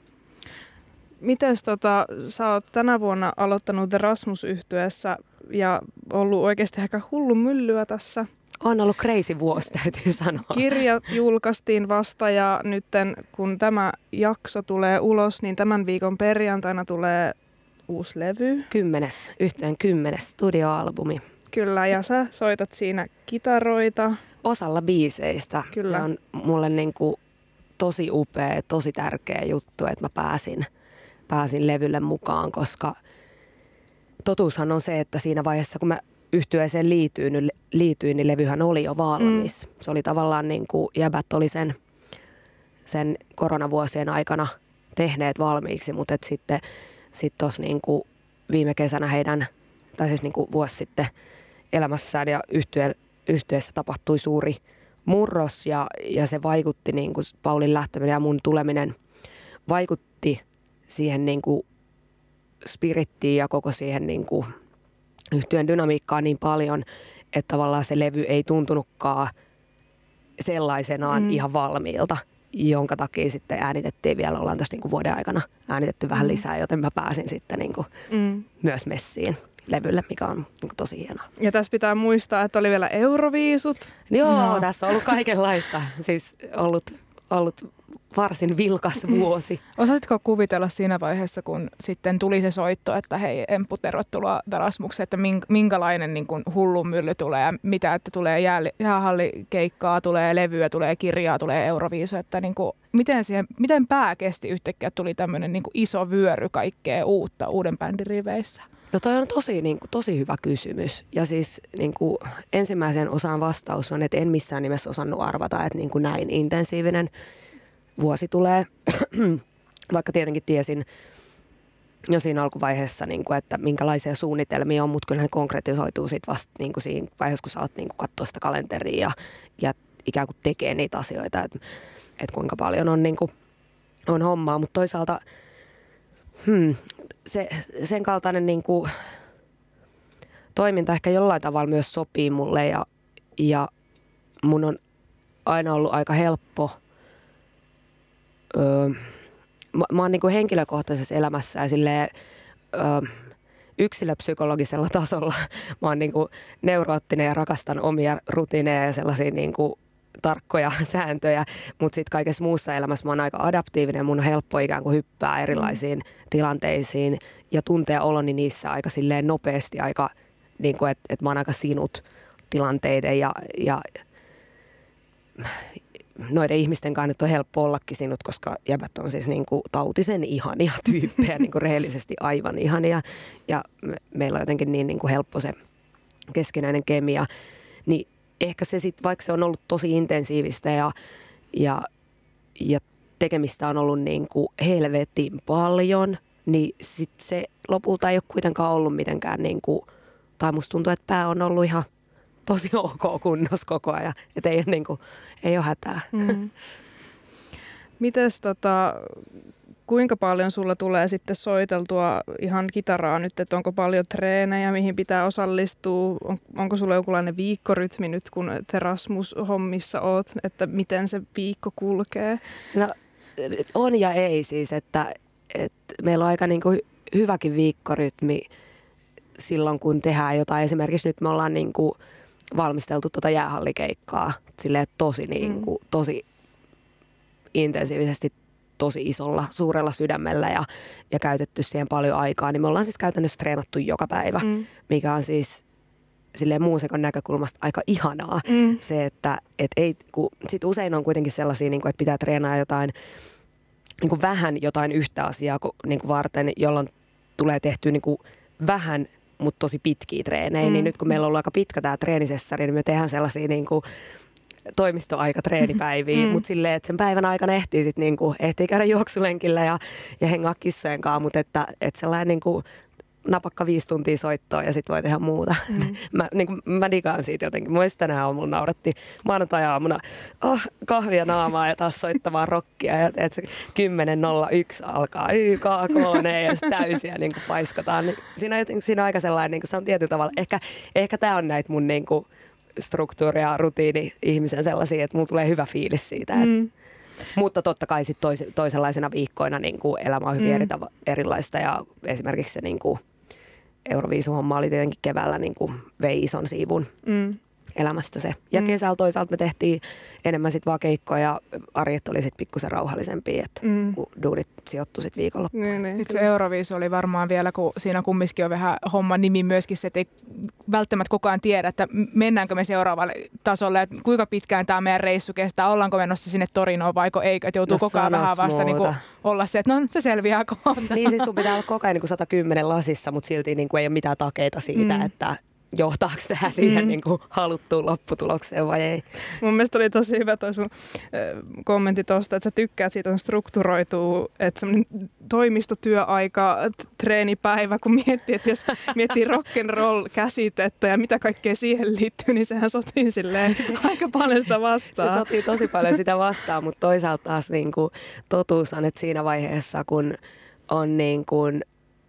S1: Mites tota, sä oot tänä vuonna aloittanut Rasmus-yhtyeessä ja ollut oikeasti aika hullu myllyä tässä?
S3: On ollut crazy vuosi, täytyy sanoa.
S1: Kirja julkaistiin vasta ja nytten kun tämä jakso tulee ulos, niin tämän viikon perjantaina tulee uusi levy.
S3: Kymmenes, yhteen kymmenes studioalbumi.
S1: Kyllä, ja sä soitat siinä kitaroita.
S3: Osalla biiseistä. Kyllä. Se on mulle niinku tosi upea, tosi tärkeä juttu, että mä pääsin, pääsin levylle mukaan, koska totuushan on se, että siinä vaiheessa, kun mä yhtyeeseen liityin, liityin, niin levyhän oli jo valmis. Mm. Se oli tavallaan niin kuin jäbät oli sen, sen koronavuosien aikana tehneet valmiiksi, mutta et sitten sit tuossa niin kuin viime kesänä heidän, tai siis niin kuin vuosi sitten elämässään ja yhtye, yhtyeessä tapahtui suuri murros ja, ja se vaikutti, niin kuin Paulin lähteminen ja mun tuleminen vaikutti siihen niin kuin spirittiin ja koko siihen niin kuin yhtyeen dynamiikkaa niin paljon, että tavallaan se levy ei tuntunutkaan sellaisenaan mm. ihan valmiilta, jonka takia sitten äänitettiin vielä, ollaan tässä niinku vuoden aikana äänitetty vähän mm. lisää, joten mä pääsin sitten niinku mm. myös messiin levylle, mikä on niinku tosi hienoa.
S1: Ja tässä pitää muistaa, että oli vielä Euroviisut.
S3: Joo, no. Tässä on ollut kaikenlaista, siis ollut, ollut varsin vilkas vuosi.
S2: Osaatko kuvitella siinä vaiheessa, kun sitten tuli se soitto, että hei Emppu, tervetuloa Rasmukseen, että minkälainen niin kuin hullun mylly tulee ja mitä, että tulee jäähallikeikkaa, tulee levyä, tulee kirjaa, tulee Euroviisu, että niin kuin, miten, siihen, miten pää kesti yhtäkkiä, tuli tämmöinen niin kuin iso vyöry kaikkea uutta uuden bändin riveissä?
S3: No toi on tosi, niin kuin, tosi hyvä kysymys ja siis niin kuin, ensimmäisen osan vastaus on, että en missään nimessä osannut arvata, että niin kuin näin intensiivinen vuosi tulee, vaikka tietenkin tiesin jo siinä alkuvaiheessa, niin kuin, että minkälaisia suunnitelmia on, mutta kyllä ne konkretisoituu sitten vasta niin kuin siinä vaiheessa, kun sä alat niin kuin katsoa sitä kalenteria ja, ja ikään kuin tekee niitä asioita, että, että kuinka paljon on, niin kuin, on hommaa, mutta toisaalta hmm, se, sen kaltainen niin kuin, toiminta ehkä jollain tavalla myös sopii mulle ja, ja mun on aina ollut aika helppo. Öö, mä, mä oon niinku henkilökohtaisessa elämässä ja silleen, öö, yksilöpsykologisella tasolla mä oon niinku neuroottinen ja rakastan omia rutiineja ja sellaisia niinku tarkkoja sääntöjä, mutta sitten kaikessa muussa elämässä mä oon aika adaptiivinen, mun on helppo ikään kuin hyppää erilaisiin tilanteisiin ja tuntea oloni niissä aika silleen nopeasti, aika niinku, että et mä oon aika sinut tilanteiden ja, ja noiden ihmisten kanssa nyt on helppo ollakin sinut, koska jäbät on siis niin kuin tautisen ihania tyyppejä, niin kuin rehellisesti aivan ihania. Ja me, meillä on jotenkin niin, niin kuin helppo se keskinäinen kemia. Niin ehkä se sitten, vaikka se on ollut tosi intensiivistä ja, ja, ja tekemistä on ollut niin kuin helvetin paljon, niin sit se lopulta ei ole kuitenkaan ollut mitenkään, niin kuin, tai musta tuntuu, että pää on ollut ihan tosi ok kunnossa koko ajan, että ei, niin kuin, ei ole hätää.
S1: Mm. Mites tota, kuinka paljon sulla tulee sitten soiteltua ihan kitaraa nyt, että onko paljon treenejä, mihin pitää osallistua, on, onko sulla jonkunlainen viikkorytmi nyt, kun Terasmus-hommissa oot, että miten se viikko kulkee?
S3: No on ja ei siis, että, että meillä on aika niin kuin hyväkin viikkorytmi silloin, kun tehdään jotain. Esimerkiksi nyt me ollaan niin kuin valmisteltu tuota jäähallikeikkaa silleen tosi, niin kuin, tosi intensiivisesti, tosi isolla, suurella sydämellä ja, ja käytetty siihen paljon aikaa. Niin me ollaan siis käytännössä treenattu joka päivä, mm. mikä on siis silleen muusikon näkökulmasta aika ihanaa. Mm. Se, että et ei, kun sit usein on kuitenkin sellaisia, niin kuin, että pitää treenaa jotain, niin kuin vähän jotain yhtä asiaa niin kuin varten, jolloin tulee tehtyä niin kuin vähän, mutta tosi pitkiä treenejä. Mm. Niin nyt kun meillä on ollut aika pitkä tämä treenisessari, niin me tehdään sellaisia niin kuin toimistoaika-treenipäiviä, mm. mutta silleen, että sen päivän aikana ehtii sitten niin kuin, ehtii käydä juoksulenkillä ja, ja hengaa kissojen kanssa, mutta että, että sellainen niin kuin napakka viisi tuntia soittoa ja sitten voi tehdä muuta. Mm. mä, niin kuin, mä digaan siitä jotenkin. Mä tänään aamulla nauratti maanantai-aamuna oh, kahvia naamaa ja taas soittamaan rockia. Ja että se kymmenen nolla yksi alkaa Y K K N ja sitten täysiä niin kuin paiskataan. Niin siinä, on, siinä on aika sellainen, niin kuin se on tietyllä tavalla. Ehkä, ehkä tämä on näitä mun niin kuin struktuuri- ja rutiini-ihmisen sellaisia, että mulla tulee hyvä fiilis siitä. Mm. Että, mutta totta kai sit tois, toisenlaisena viikkoina niin kuin elämä on hyvin mm. eri, erilaista ja esimerkiksi se niin kuin Euroviisuhomma oli tietenkin keväällä niin kuin vei ison siivun mm. elämästä se. Ja mm. kesällä toisaalta me tehtiin enemmän sit vaan keikkoja ja arjet oli sitten pikkusen rauhallisempia, että mm. kun duudit sijoittui sitten viikonloppuun.
S2: Niin, niin. Itse Euroviisu oli varmaan vielä, kun siinä kumminkin on vähän homman nimi myöskin se, että ei välttämättä koko ajan tiedä, että mennäänkö me seuraavalle tasolle, että kuinka pitkään tämä meidän reissu kestää, ollaanko menossa sinne Torinoon vaiko eikö, että joutuu no, koko ajan vähän vasta niin kuin olla se, että no se selviää kohta.
S3: Niin siis sun pitää olla koko ajan niin kuin sata kymmenen lasissa, mutta silti niin kuin ei ole mitään takeita siitä, mm. että johtaako tämä siihen mm. niin kuin haluttuun lopputulokseen vai ei.
S1: Mun mielestä oli tosi hyvä toi sun äh, kommentti tuosta, että sä tykkäät siitä on strukturoituu, että semmoinen toimistotyöaika, treenipäivä, kun miettii, että jos miettii rock'n'roll-käsitettä ja mitä kaikkea siihen liittyy, niin sehän sotii silleen aika paljon sitä vastaan.
S3: Se sotii tosi paljon sitä vastaan, mutta toisaalta taas niin kuin totuus on, että siinä vaiheessa, kun on niin kuin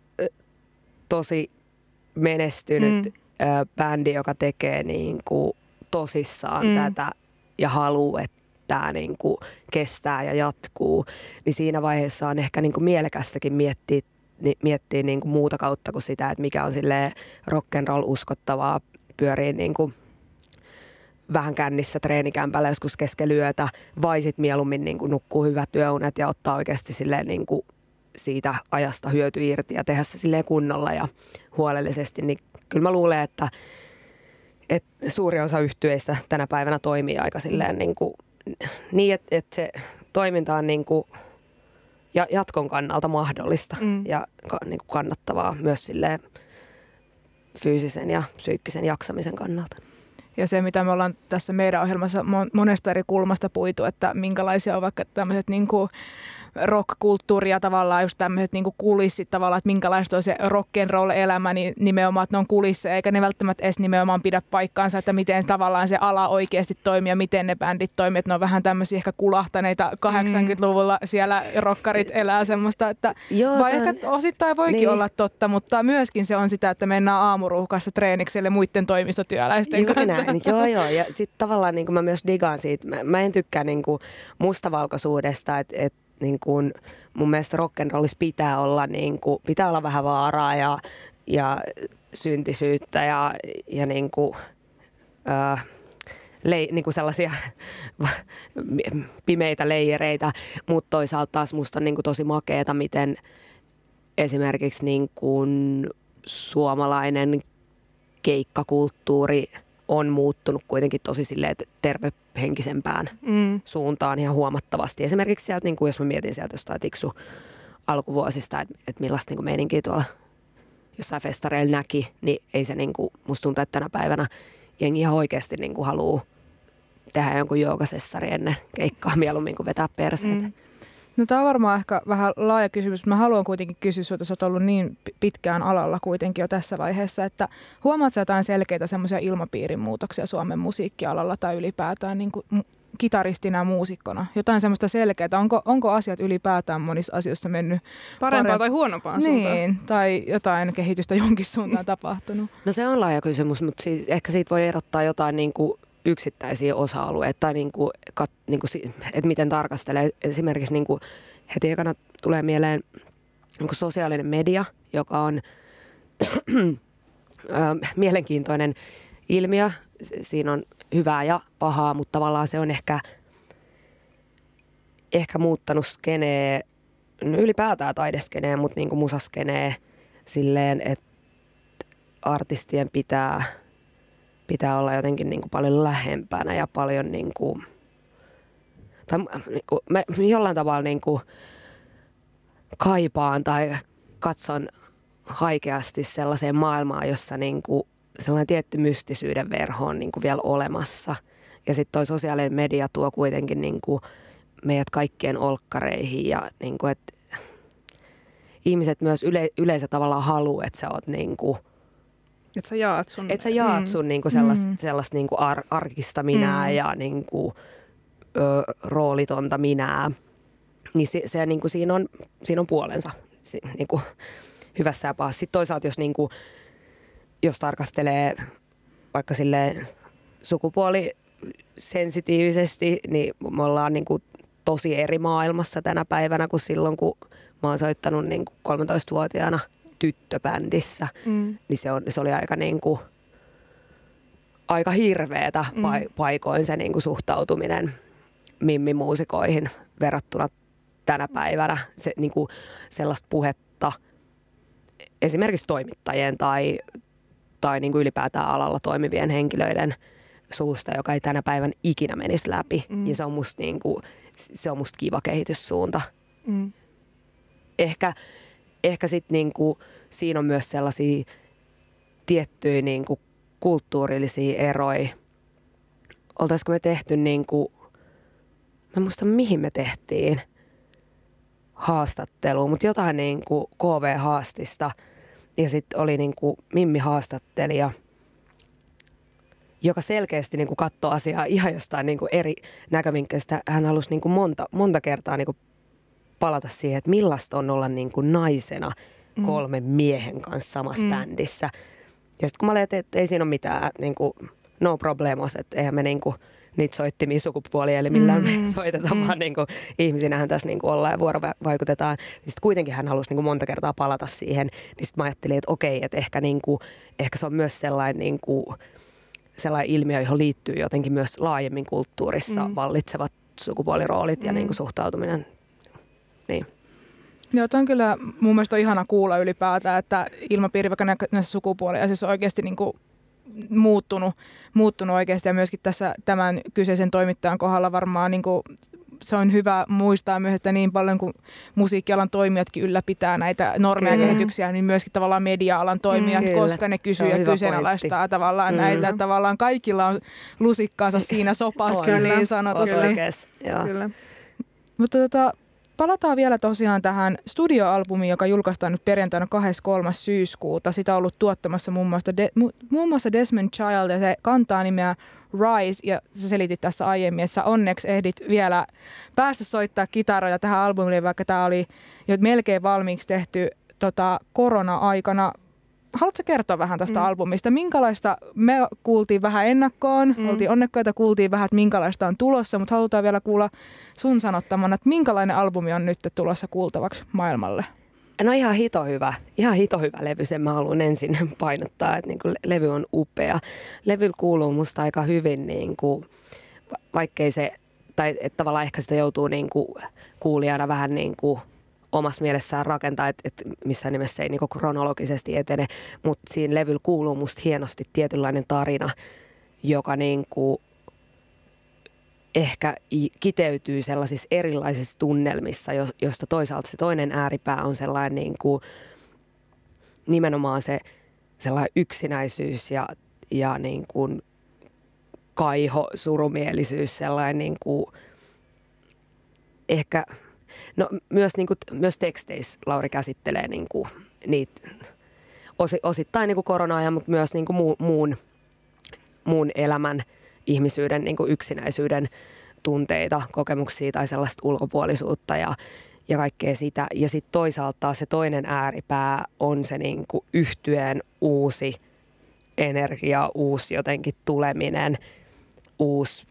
S3: tosi menestynyt mm. bändi, joka tekee niin kuin tosissaan mm. tätä ja haluaa, että tämä niin kuin kestää ja jatkuu, niin siinä vaiheessa on ehkä niin kuin mielekästäkin miettiä, miettiä niin kuin muuta kautta kuin sitä, että mikä on silleen rock'n'roll uskottavaa, pyörii niin kuin vähän kännissä treenikämpällä joskus keskellä yötä, vai sitten mieluummin niin kuin nukkuu hyvät työunet ja ottaa oikeasti silleen niin kuin siitä ajasta hyöty irti ja tehdä se silleen kunnolla ja huolellisesti, niin kyllä mä luulen, että, että suuri osa yhtyeistä tänä päivänä toimii aika silleen niin, kuin, niin että, että se toiminta on niin kuin jatkon kannalta mahdollista mm. ja niin kuin kannattavaa myös silleen fyysisen ja psyykkisen jaksamisen kannalta.
S2: Ja se, mitä me ollaan tässä meidän ohjelmassa monesta eri kulmasta puitu, että minkälaisia on vaikka tämmöiset niin kuin rock-kulttuuri ja tavallaan just tämmöiset niinku kulissit tavallaan, että minkälaista on se rock'n'roll-elämä, niin nimenomaan, että ne on kulisseja, eikä ne välttämättä edes nimenomaan pidä paikkaansa, että miten tavallaan se ala oikeasti toimii ja miten ne bändit toimii, että ne on vähän tämmöisiä ehkä kulahtaneita kahdeksankymmentäluvulla siellä rockarit elää semmoista, että
S3: Joo,
S2: vai
S3: on,
S2: ehkä osittain voikin
S3: niin.
S2: olla totta, mutta myöskin se on sitä, että mennään aamuruuhkassa treenikselle muiden toimistotyöläisten
S3: Juuri
S2: kanssa.
S3: Näin. Joo, joo, ja sitten tavallaan niin kuin mä myös digaan siitä, mä, mä en tykkää niin kuin mustavalkoisuudesta, että et, niin kuin mun mielestä rock'n'rollissa pitää olla, niin kuin, pitää olla vähän vaaraa ja, ja syntisyyttä ja, ja niin kuin, äh, lei, niin kuin sellaisia pimeitä leijereitä, mutta toisaalta taas musta on niin kuin tosi makeeta, miten esimerkiksi niin kuin suomalainen keikkakulttuuri on muuttunut kuitenkin tosi silleen tervehenkisempään mm. suuntaan ihan huomattavasti. Esimerkiksi sieltä, niin kuin jos mä mietin sieltä jostain Tiksu alkuvuosista, että, että millaista niin kuin meininkiä tuolla jossain festareilla näki, niin ei se niin kuin, musta tuntuu, että tänä päivänä jengi ihan oikeasti niin kuin haluaa tehdä jonkun joogasessari ennen keikkaa mieluummin kuin vetää perseitä. Mm.
S2: No tämä on varmaan ehkä vähän laaja kysymys, mutta mä haluan kuitenkin kysyä sinulta, sä oot ollut niin pitkään alalla kuitenkin jo tässä vaiheessa, että huomaatko jotain selkeitä semmoisia ilmapiirin muutoksia Suomen musiikkialalla tai ylipäätään niin kuin kitaristina ja muusikkona? Jotain semmoista selkeää. Onko, onko asiat ylipäätään monissa asioissa mennyt
S1: parempaan
S2: paremp-
S1: tai huonompaan
S2: niin,
S1: suuntaan?
S2: tai jotain kehitystä jonkin suuntaan tapahtunut?
S3: No se on laaja kysymys, mutta siis ehkä siitä voi erottaa jotain niin kuin yksittäisiä osa-alueita tai niin kuin, kat, niin kuin, että miten tarkastelee. Esimerkiksi niin kuin heti ekana tulee mieleen niin kuin sosiaalinen media, joka on mielenkiintoinen ilmiö. Siinä on hyvää ja pahaa, mutta tavallaan se on ehkä, ehkä muuttanut skenee, no ylipäätään taideskenee, mutta niin kuin musaskenee silleen, että artistien pitää, pitää olla jotenkin niin kuin paljon lähempänä ja paljon niin kuin, tai niin kuin, mä jollain tavalla niin kuin kaipaan tai katson haikeasti sellaiseen maailmaan, jossa niin kuin sellainen tietty mystisyyden verho on niin kuin vielä olemassa. Ja sitten toi sosiaalinen media tuo kuitenkin niin kuin meidät kaikkien olkkareihin ja niin kuin, että ihmiset myös yle, yleensä tavallaan haluaa, että sä oot niin kuin,
S1: että sä jaat sun,
S3: et sä jaat sun mm. niinku sellaista,
S2: Mm.
S3: sellaista niinku ar- arkista minää mm. ja niinku, ö, roolitonta minää. Niin se, se niinku, siinä, on, siinä on puolensa si, niinku, hyvässä ja pahassa. Sitten toisaalta, jos, niinku, jos tarkastelee vaikka silleen sukupuolisensitiivisesti, niin me ollaan niinku, tosi eri maailmassa tänä päivänä kuin silloin, kun mä oon soittanut niinku, kolmetoistavuotiaana tyttöbändissä, mm. niin se, on, se oli aika, niin kuin, aika hirveetä mm. paikoin se niin kuin suhtautuminen mimmimuusikoihin verrattuna tänä päivänä. Se, niin kuin sellaista puhetta esimerkiksi toimittajien tai, tai niin kuin ylipäätään alalla toimivien henkilöiden suusta, joka ei tänä päivän ikinä menisi läpi. Mm. Ja se on musta, niin kuin, se on musta kiva kehityssuunta. Mm. Ehkä Ehkä sitten niinku, siinä on myös sellaisia tiettyjä niinku, kulttuurillisia eroja. Oltaisiko me tehty, niinku, mä en muista mihin me tehtiin haastattelua, mutta jotain niinku K V-haastista. Ja sitten oli niinku Mimmi haastattelija, joka selkeästi niinku katsoi asiaa ihan jostain niinku eri näkövinkkelistä. Hän halusi niinku monta, monta kertaa niinku palata siihen, että millaista on olla niin kuin naisena kolmen miehen kanssa samassa mm. bändissä. Ja sitten kun mä olin, että, että ei siinä ole mitään niin kuin, no problemos, että eihän me niin kuin, niitä soittimia sukupuolia, eli millään mm. me soitetaan, mm. vaan niin kuin, ihmisinähän tässä niin kuin ollaan ja vuorovaikutetaan. Sitten kuitenkin hän halusi niin kuin monta kertaa palata siihen. Niin sitten mä ajattelin, että okei, että ehkä, niin kuin, ehkä se on myös sellainen, niin kuin, sellainen ilmiö, johon liittyy jotenkin myös laajemmin kulttuurissa mm. vallitsevat sukupuoliroolit mm. ja niin kuin, suhtautuminen. Niin.
S2: Joo, on kyllä mun mielestä on ihana kuulla ylipäätään, että ilmapiiri vaikka näissä sukupuoliasioissa on oikeasti niin kuin muuttunut, muuttunut oikeasti ja myöskin tässä tämän kyseisen toimittajan kohdalla varmaan niin kuin se on hyvä muistaa myös, että niin paljon kuin musiikkialan toimijatkin ylläpitää näitä normeja ja kehityksiä, niin myöskin tavallaan media-alan toimijat, mm, koska ne kysyy ja kyseenalaistaa pointti. Tavallaan mm. näitä, että tavallaan kaikilla on lusikkaansa siinä sopassa on, niin sanotusti.
S1: Kyllä.
S2: Mutta tota, palataan vielä tosiaan tähän studioalbumiin, joka julkaistaan nyt perjantaina kahdeskymmeneskolmas syyskuuta. Sitä on ollut tuottamassa muun muassa, De, mu, muun muassa Desmond Child ja se kantaa nimeä Rise. Ja sä selitit tässä aiemmin, että sä onneksi ehdit vielä päästä soittaa kitaroja tähän albumille, vaikka tämä oli jo melkein valmiiksi tehty tota, korona-aikana. Haluatko kertoa vähän tästä mm. albumista? Minkälaista, me kuultiin vähän ennakkoon, mm. oltiin onnekkaita, kuultiin vähän, että minkälaista on tulossa, mutta halutaan vielä kuulla sun sanottamana, että minkälainen albumi on nyt tulossa kuultavaksi maailmalle?
S3: No ihan hito hyvä, ihan hito hyvä levy, sen mä haluan ensin painottaa, että niin kuin levy on upea. Levyllä kuuluu musta aika hyvin, niin kuin, vaikkei se, tai että tavallaan ehkä sitä joutuu niin kuin kuulijana vähän niin kuin omassa mielessään rakentaa, että, että missään nimessä ei niinku kronologisesti etene, mutta siinä levyllä kuuluu musta hienosti tietynlainen tarina, joka niinku ehkä kiteytyy sellaisissa erilaisissa tunnelmissa, josta toisaalta se toinen ääripää on sellainen niinku, nimenomaan se sellainen yksinäisyys ja, ja niinku kaiho, surumielisyys, sellainen niinku, ehkä no myös, niin kuin, myös teksteissä Lauri käsittelee niin kuin, niitä osi, osittain niin kuin korona-ajan, mutta myös niin kuin muu, muun, muun elämän, ihmisyyden, niin kuin yksinäisyyden tunteita, kokemuksia tai sellaista ulkopuolisuutta ja, ja kaikkea sitä. Ja sitten toisaalta taas se toinen ääripää on se niin kuin yhtyeen uusi energia, uusi jotenkin tuleminen, uusi,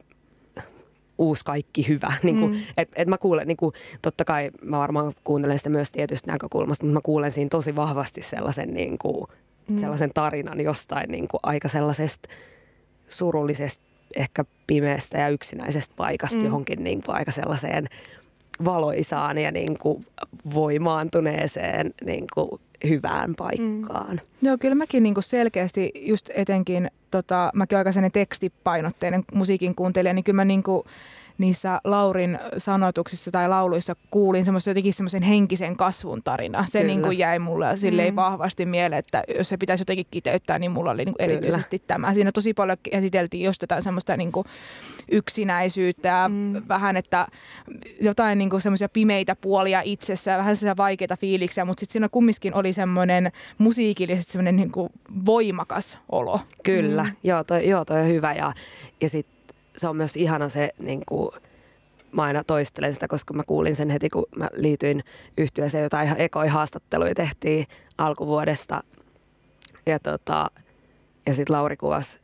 S3: uusi kaikki hyvä. Niin kuin, mm. et, et mä kuulen, niin kuin, totta kai mä varmaan kuuntelen sitä myös tietystä näkökulmasta, mutta mä kuulen siinä tosi vahvasti sellaisen, niin kuin, mm. sellaisen tarinan jostain niin kuin aika sellaisesta surullisesta, ehkä pimeästä ja yksinäisestä paikasta mm. johonkin niin kuin aika sellaiseen valoisaan ja niin kuin voimaantuneeseen niin kuin hyvään paikkaan.
S2: Mm. Joo, kyllä mäkin niin kuin selkeästi just etenkin, tota, mäkin aika sellainen tekstipainotteinen musiikin kuuntelija, niin kyllä mä niin kuin niissä Laurin sanotuksissa tai lauluissa kuulin semmoisen jotenkin semmoisen henkisen kasvun tarina. Se niin kuin jäi mulle silleen mm. vahvasti mieleen, että jos se pitäisi jotenkin kiteyttää, niin mulla oli niin kuin erityisesti tämä. Siinä tosi paljon käsiteltiin just jotain semmoista niin kuin yksinäisyyttä ja mm. vähän, että jotain niin kuin semmoisia pimeitä puolia itsessä ja vähän sellaisia vaikeita fiiliksiä, mutta sitten siinä kumminkin oli semmoinen musiikillisesti semmoinen niin kuin voimakas olo.
S3: Kyllä, mm. joo, toi, joo, toi on hyvä ja, ja sitten se on myös ihana se, niin kuin, mä aina toistelen sitä, koska mä kuulin sen heti, kun mä liityin yhtyeeseen, jotain ihan ekoja haastatteluja tehtiin alkuvuodesta. Ja, tota, ja sitten Lauri kuvasi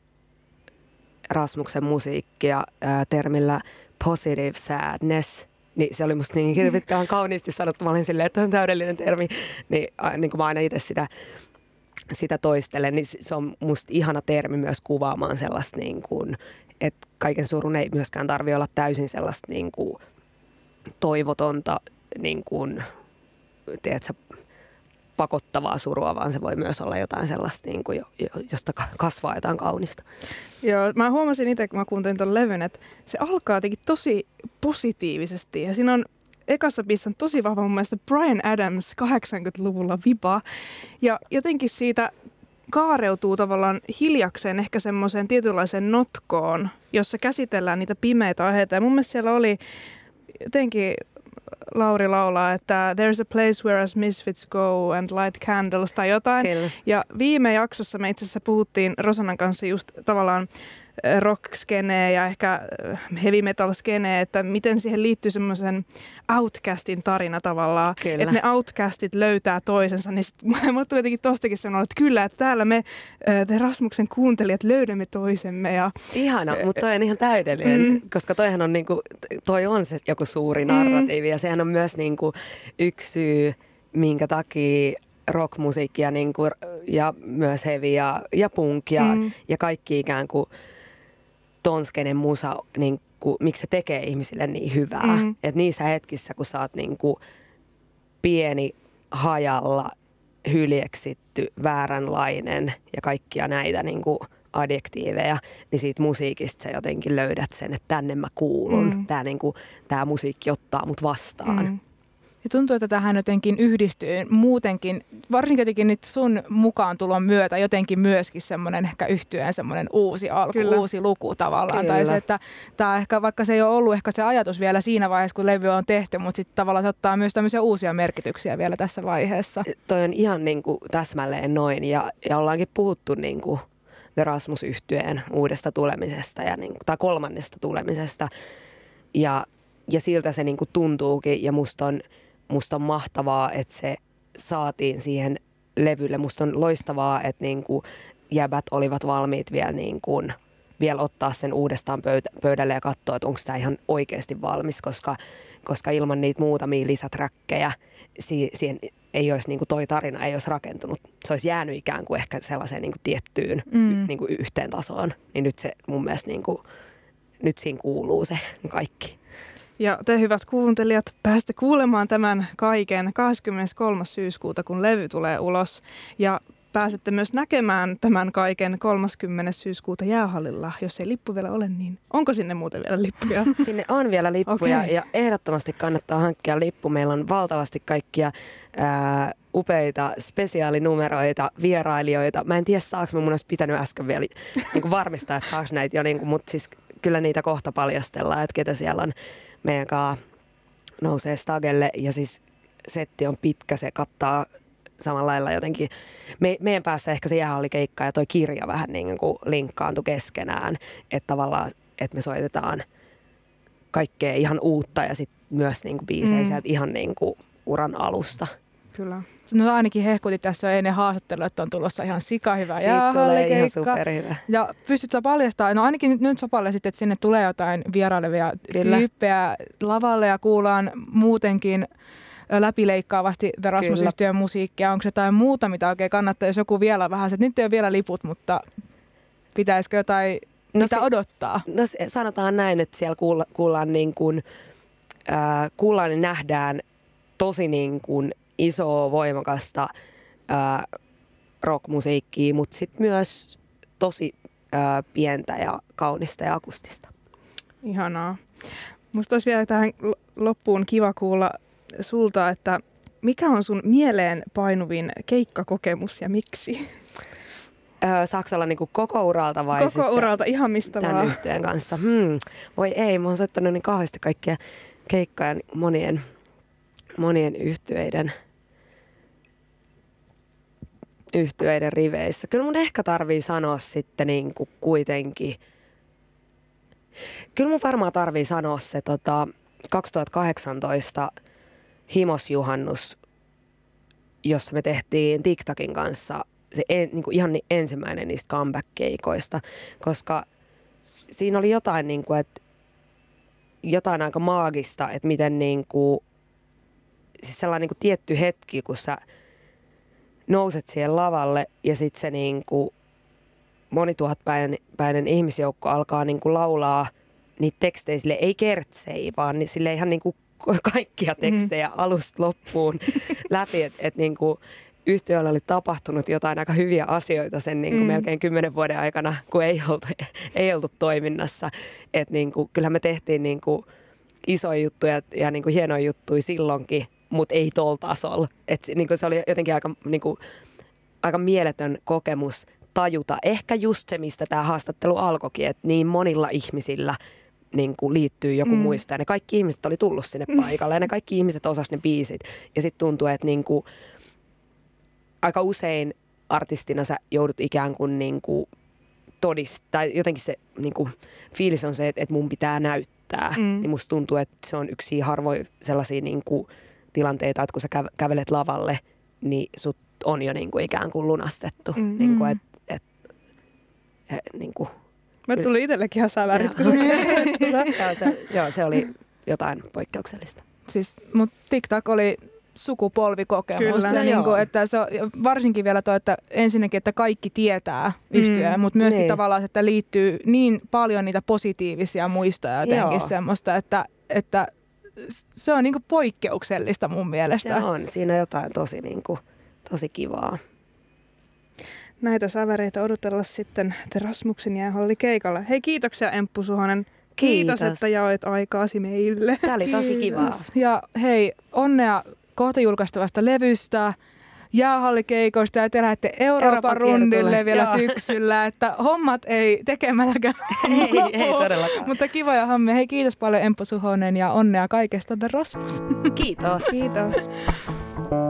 S3: Rasmuksen musiikkia ää, termillä positive sadness. Niin se oli musta niin hirvittävän kauniisti sanottu. Mä olin silleen, että on täydellinen termi. Niin, a, niin kuin mä aina itse sitä, sitä toistelen, niin se on musta ihana termi myös kuvaamaan sellaista niin kuin, että kaiken surun ei myöskään tarvitse olla täysin sellaista niin kuin toivotonta, niin kuin, tiedätkö, pakottavaa surua, vaan se voi myös olla jotain sellaista, niin kuin, josta kasvaa jotain kaunista.
S1: Joo, mä huomasin itse, kun mä kuuntelin ton levyn, että se alkaa jotenkin tosi positiivisesti. Ja siinä on ekassa biisissä on tosi vahva mun mielestä Bryan Adams kahdeksankymmentäluvulla viba. Ja jotenkin siitä kaareutuu tavallaan hiljakseen ehkä semmoiseen tietynlaiseen notkoon, jossa käsitellään niitä pimeitä aiheita. Ja mun mielestä siellä oli jotenkin Lauri laulaa, että there's a place where us misfits go and light candles tai jotain. Kyllä. Ja viime jaksossa me itse asiassa puhuttiin Rosannan kanssa just tavallaan rock-skeneen ja ehkä heavy metal-skeneen, että miten siihen liittyy semmoisen outcastin tarina tavallaan. Kyllä. Että ne outcastit löytää toisensa. Niin sit mulle tuli jotenkin tostakin sanoa, että kyllä, että täällä me te Rasmuksen kuuntelijat löydämme toisemme. Ja
S3: ihana, mutta toi on ihan täydellinen, mm. koska toihan on niinku, toi on se joku suuri narratiivi mm. ja sehän on myös niinku yksi syy, minkä takia rockmusiikkia niinku, ja myös heavy ja, ja punk ja, mm. ja kaikki ikään kuin tonskenen musa, niin kuin, miksi se tekee ihmisille niin hyvää. Mm. Että niissä hetkissä, kun sä oot niin kuin pieni, hajalla, hyljeksitty, vääränlainen ja kaikkia näitä niin kuin adjektiiveja, niin siitä musiikista sä jotenkin löydät sen, että tänne mä kuulun. Mm. Tää, niin kuin, tää musiikki ottaa mut vastaan. Mm.
S2: Ja tuntuu, että tähän jotenkin yhdistyy muutenkin, varsinkin jotenkin nyt sun mukaan tulon myötä jotenkin myöskin semmoinen ehkä yhtyeen semmoinen uusi alku, Kyllä. uusi luku tavallaan. Kyllä. Tai se, että tää ehkä, vaikka se ei ole ollut ehkä se ajatus vielä siinä vaiheessa, kun levy on tehty, mutta sitten tavallaan se ottaa myös tämmöisiä uusia merkityksiä vielä tässä vaiheessa.
S3: Toi on ihan niin kuin täsmälleen noin ja, ja ollaankin puhuttu niin kuin The Rasmus-yhtyeen uudesta tulemisesta ja niin kuin, tai kolmannesta tulemisesta ja, ja siltä se niin kuin tuntuukin ja musta on Musta on mahtavaa, että se saatiin siihen levylle. Musta on loistavaa, että niinku jäbät olivat valmiit vielä, niinku, vielä ottaa sen uudestaan pöydälle ja katsoa, että onko tämä ihan oikeasti valmis, koska, koska ilman niitä muutamia lisäträkkejä siihen ei olisi, niinku, toi tarina ei olisi rakentunut. Se olisi jäänyt ikään kuin ehkä sellaiseen niinku, tiettyyn mm. niinku, yhteen tasoon. Niin nyt se mun mielestä, niinku, nyt siinä kuuluu se kaikki.
S1: Ja te hyvät kuuntelijat, pääsette kuulemaan tämän kaiken kahdeskymmeneskolmas syyskuuta, kun levy tulee ulos. Ja pääsette myös näkemään tämän kaiken kolmaskymmenes syyskuuta Jäähallilla. Jos ei lippu vielä ole, niin onko sinne muuten vielä lippuja?
S3: Sinne on vielä lippuja okay. Ja ehdottomasti kannattaa hankkia lippu. Meillä on valtavasti kaikkia ää, upeita spesiaalinumeroita, vierailijoita. Mä en tiedä, saaks mä mun olisi pitänyt äsken vielä niin kuin varmistaa, että saaks näitä jo, niin kuin, mutta siis kyllä niitä kohta paljastellaan, että ketä siellä on meidän kanssa nousee stagelle ja siis setti on pitkä, se kattaa samalla lailla jotenkin. Me, meidän päässä ehkä se jäähallikeikka ja toi kirja vähän niin kuin linkkaantui keskenään, että tavallaan, että me soitetaan kaikkea ihan uutta ja sitten myös niin kuin biisejä mm. sieltä ihan niin kuin uran alusta.
S1: Kyllä.
S2: No ainakin hehkutit tässä ennen haastattelua, että on tulossa ihan sikahyvä
S3: Siitä tulee ihan
S2: jäähallikeikka.
S3: superhyvä.
S2: Ja pystytkö sä paljastamaan, no ainakin nyt, nyt sä paljasit, että sinne tulee jotain vierailevia
S3: Kyllä.
S2: tyyppejä lavalle ja kuullaan muutenkin läpileikkaavasti The Rasmus-yhtiön musiikkia. Onko jotain muuta, mitä oikein kannattaa, jos joku vielä vähän, että nyt ei ole vielä liput, mutta pitäisikö jotain,
S3: no
S2: mitä
S3: se,
S2: odottaa?
S3: No se, sanotaan näin, että siellä kuulla, kuullaan, niin kuin, äh, kuullaan ja nähdään tosi niin kuin isoa, voimakasta äh, rockmusiikkia, mutta sitten myös tosi äh, pientä ja kaunista ja akustista.
S1: Ihanaa. Musta olisi vielä tähän loppuun kiva kuulla sulta, että mikä on sun mieleen painuvin keikkakokemus ja miksi?
S3: Öö, Saksalla niin kuin koko uralta vai
S1: Koko
S3: sitten
S1: uralta, ihan mistä
S3: tämän
S1: vaan.
S3: yhtyeen kanssa? Hmm. Voi ei, mä oon soittanut niin kauheasti kaikkia keikkoja monien, monien yhtyeiden, yhtyeiden riveissä. Kyllä mun ehkä tarvii sanoa sitten niin kuin kuitenkin, kyllä mun varmaan tarvii sanoa se tota, kaksituhattakahdeksantoista himosjuhannus, jossa me tehtiin TikTokin kanssa se en, niin kuin ihan ensimmäinen niistä comeback-keikoista, koska siinä oli jotain, niin kuin, että jotain aika maagista, että miten niin kuin, siis sellainen niin kuin tietty hetki, kun sä nouset siihen lavalle ja sitten se niin kuin monituhatpäinen ihmisjoukko alkaa niin kuin laulaa niitä tekstejä sille ei kertsei, vaan niin sille ihan niin kuin kaikkia tekstejä mm. alusta loppuun läpi, että et niin kuin yhtiöllä oli tapahtunut jotain aika hyviä asioita sen niin kuin mm. melkein kymmenen vuoden aikana, kun ei oltu, ei oltu toiminnassa. Että niin kuin, kyllähän me tehtiin niin kuin isoja juttuja ja niin kuin hienoja juttuja silloinkin, mutta ei tuolla tasolla. Että niin kuin se oli jotenkin aika, niin kuin, aika mieletön kokemus tajuta. Ehkä just se, mistä tämä haastattelu alkoikin, että niin monilla ihmisillä niin kuin liittyy joku mm. muisto. Ja ne kaikki ihmiset oli tullut sinne paikalle ja ne kaikki ihmiset osas ne biisit. Ja sitten tuntuu, että niin kuin aika usein artistina sä joudut ikään kuin, niin kuin todist, tai jotenkin se niin kuin fiilis on se, että, että mun pitää näyttää. Mm. Niin musta tuntuu, että se on yksi harvoin sellaisia niin kuin tilanteita, että kun sä kävelet lavalle, niin sut on jo niin kuin ikään kuin lunastettu. Mm. Niin kuin, et, et, et, niin kuin
S1: mä tuli itsellekin ihan sävärit, kun sä
S3: joo, se, joo, se oli jotain poikkeuksellista.
S2: Siis, mut TikTok oli sukupolvikokemus.
S1: Kyllä,
S2: se, niin kuin, että se on, varsinkin vielä tuo, että ensinnäkin, että kaikki tietää yhtyeen, mm, mutta myöskin niin. tavallaan, että liittyy niin paljon niitä positiivisia muistoja jotenkin Joo. semmoista, että, että se on niin kuin poikkeuksellista mun mielestä.
S3: Se on. Siinä on jotain tosi, niin kuin, tosi kivaa.
S1: Näitä säväreitä odotella sitten The Rasmuksen jäähallikeikalla. Hei, kiitoksia Emppu Suhonen. Kiitos, Kiitos, että jaoit aikaasi meille.
S3: Tämä oli tosi kivaa.
S2: Ja hei, onnea kohta julkaistavasta levystä, jäähallikeikoista ja te lähdette Euroopan rundille vielä Joo. syksyllä, että hommat ei tekemälläkään
S3: Ei, ei todellakaan.
S2: Mutta kiva ja hamme. Hei, kiitos paljon Emppu Suhonen ja onnea kaikesta The Rasmus.
S3: Kiitos.
S1: Kiitos.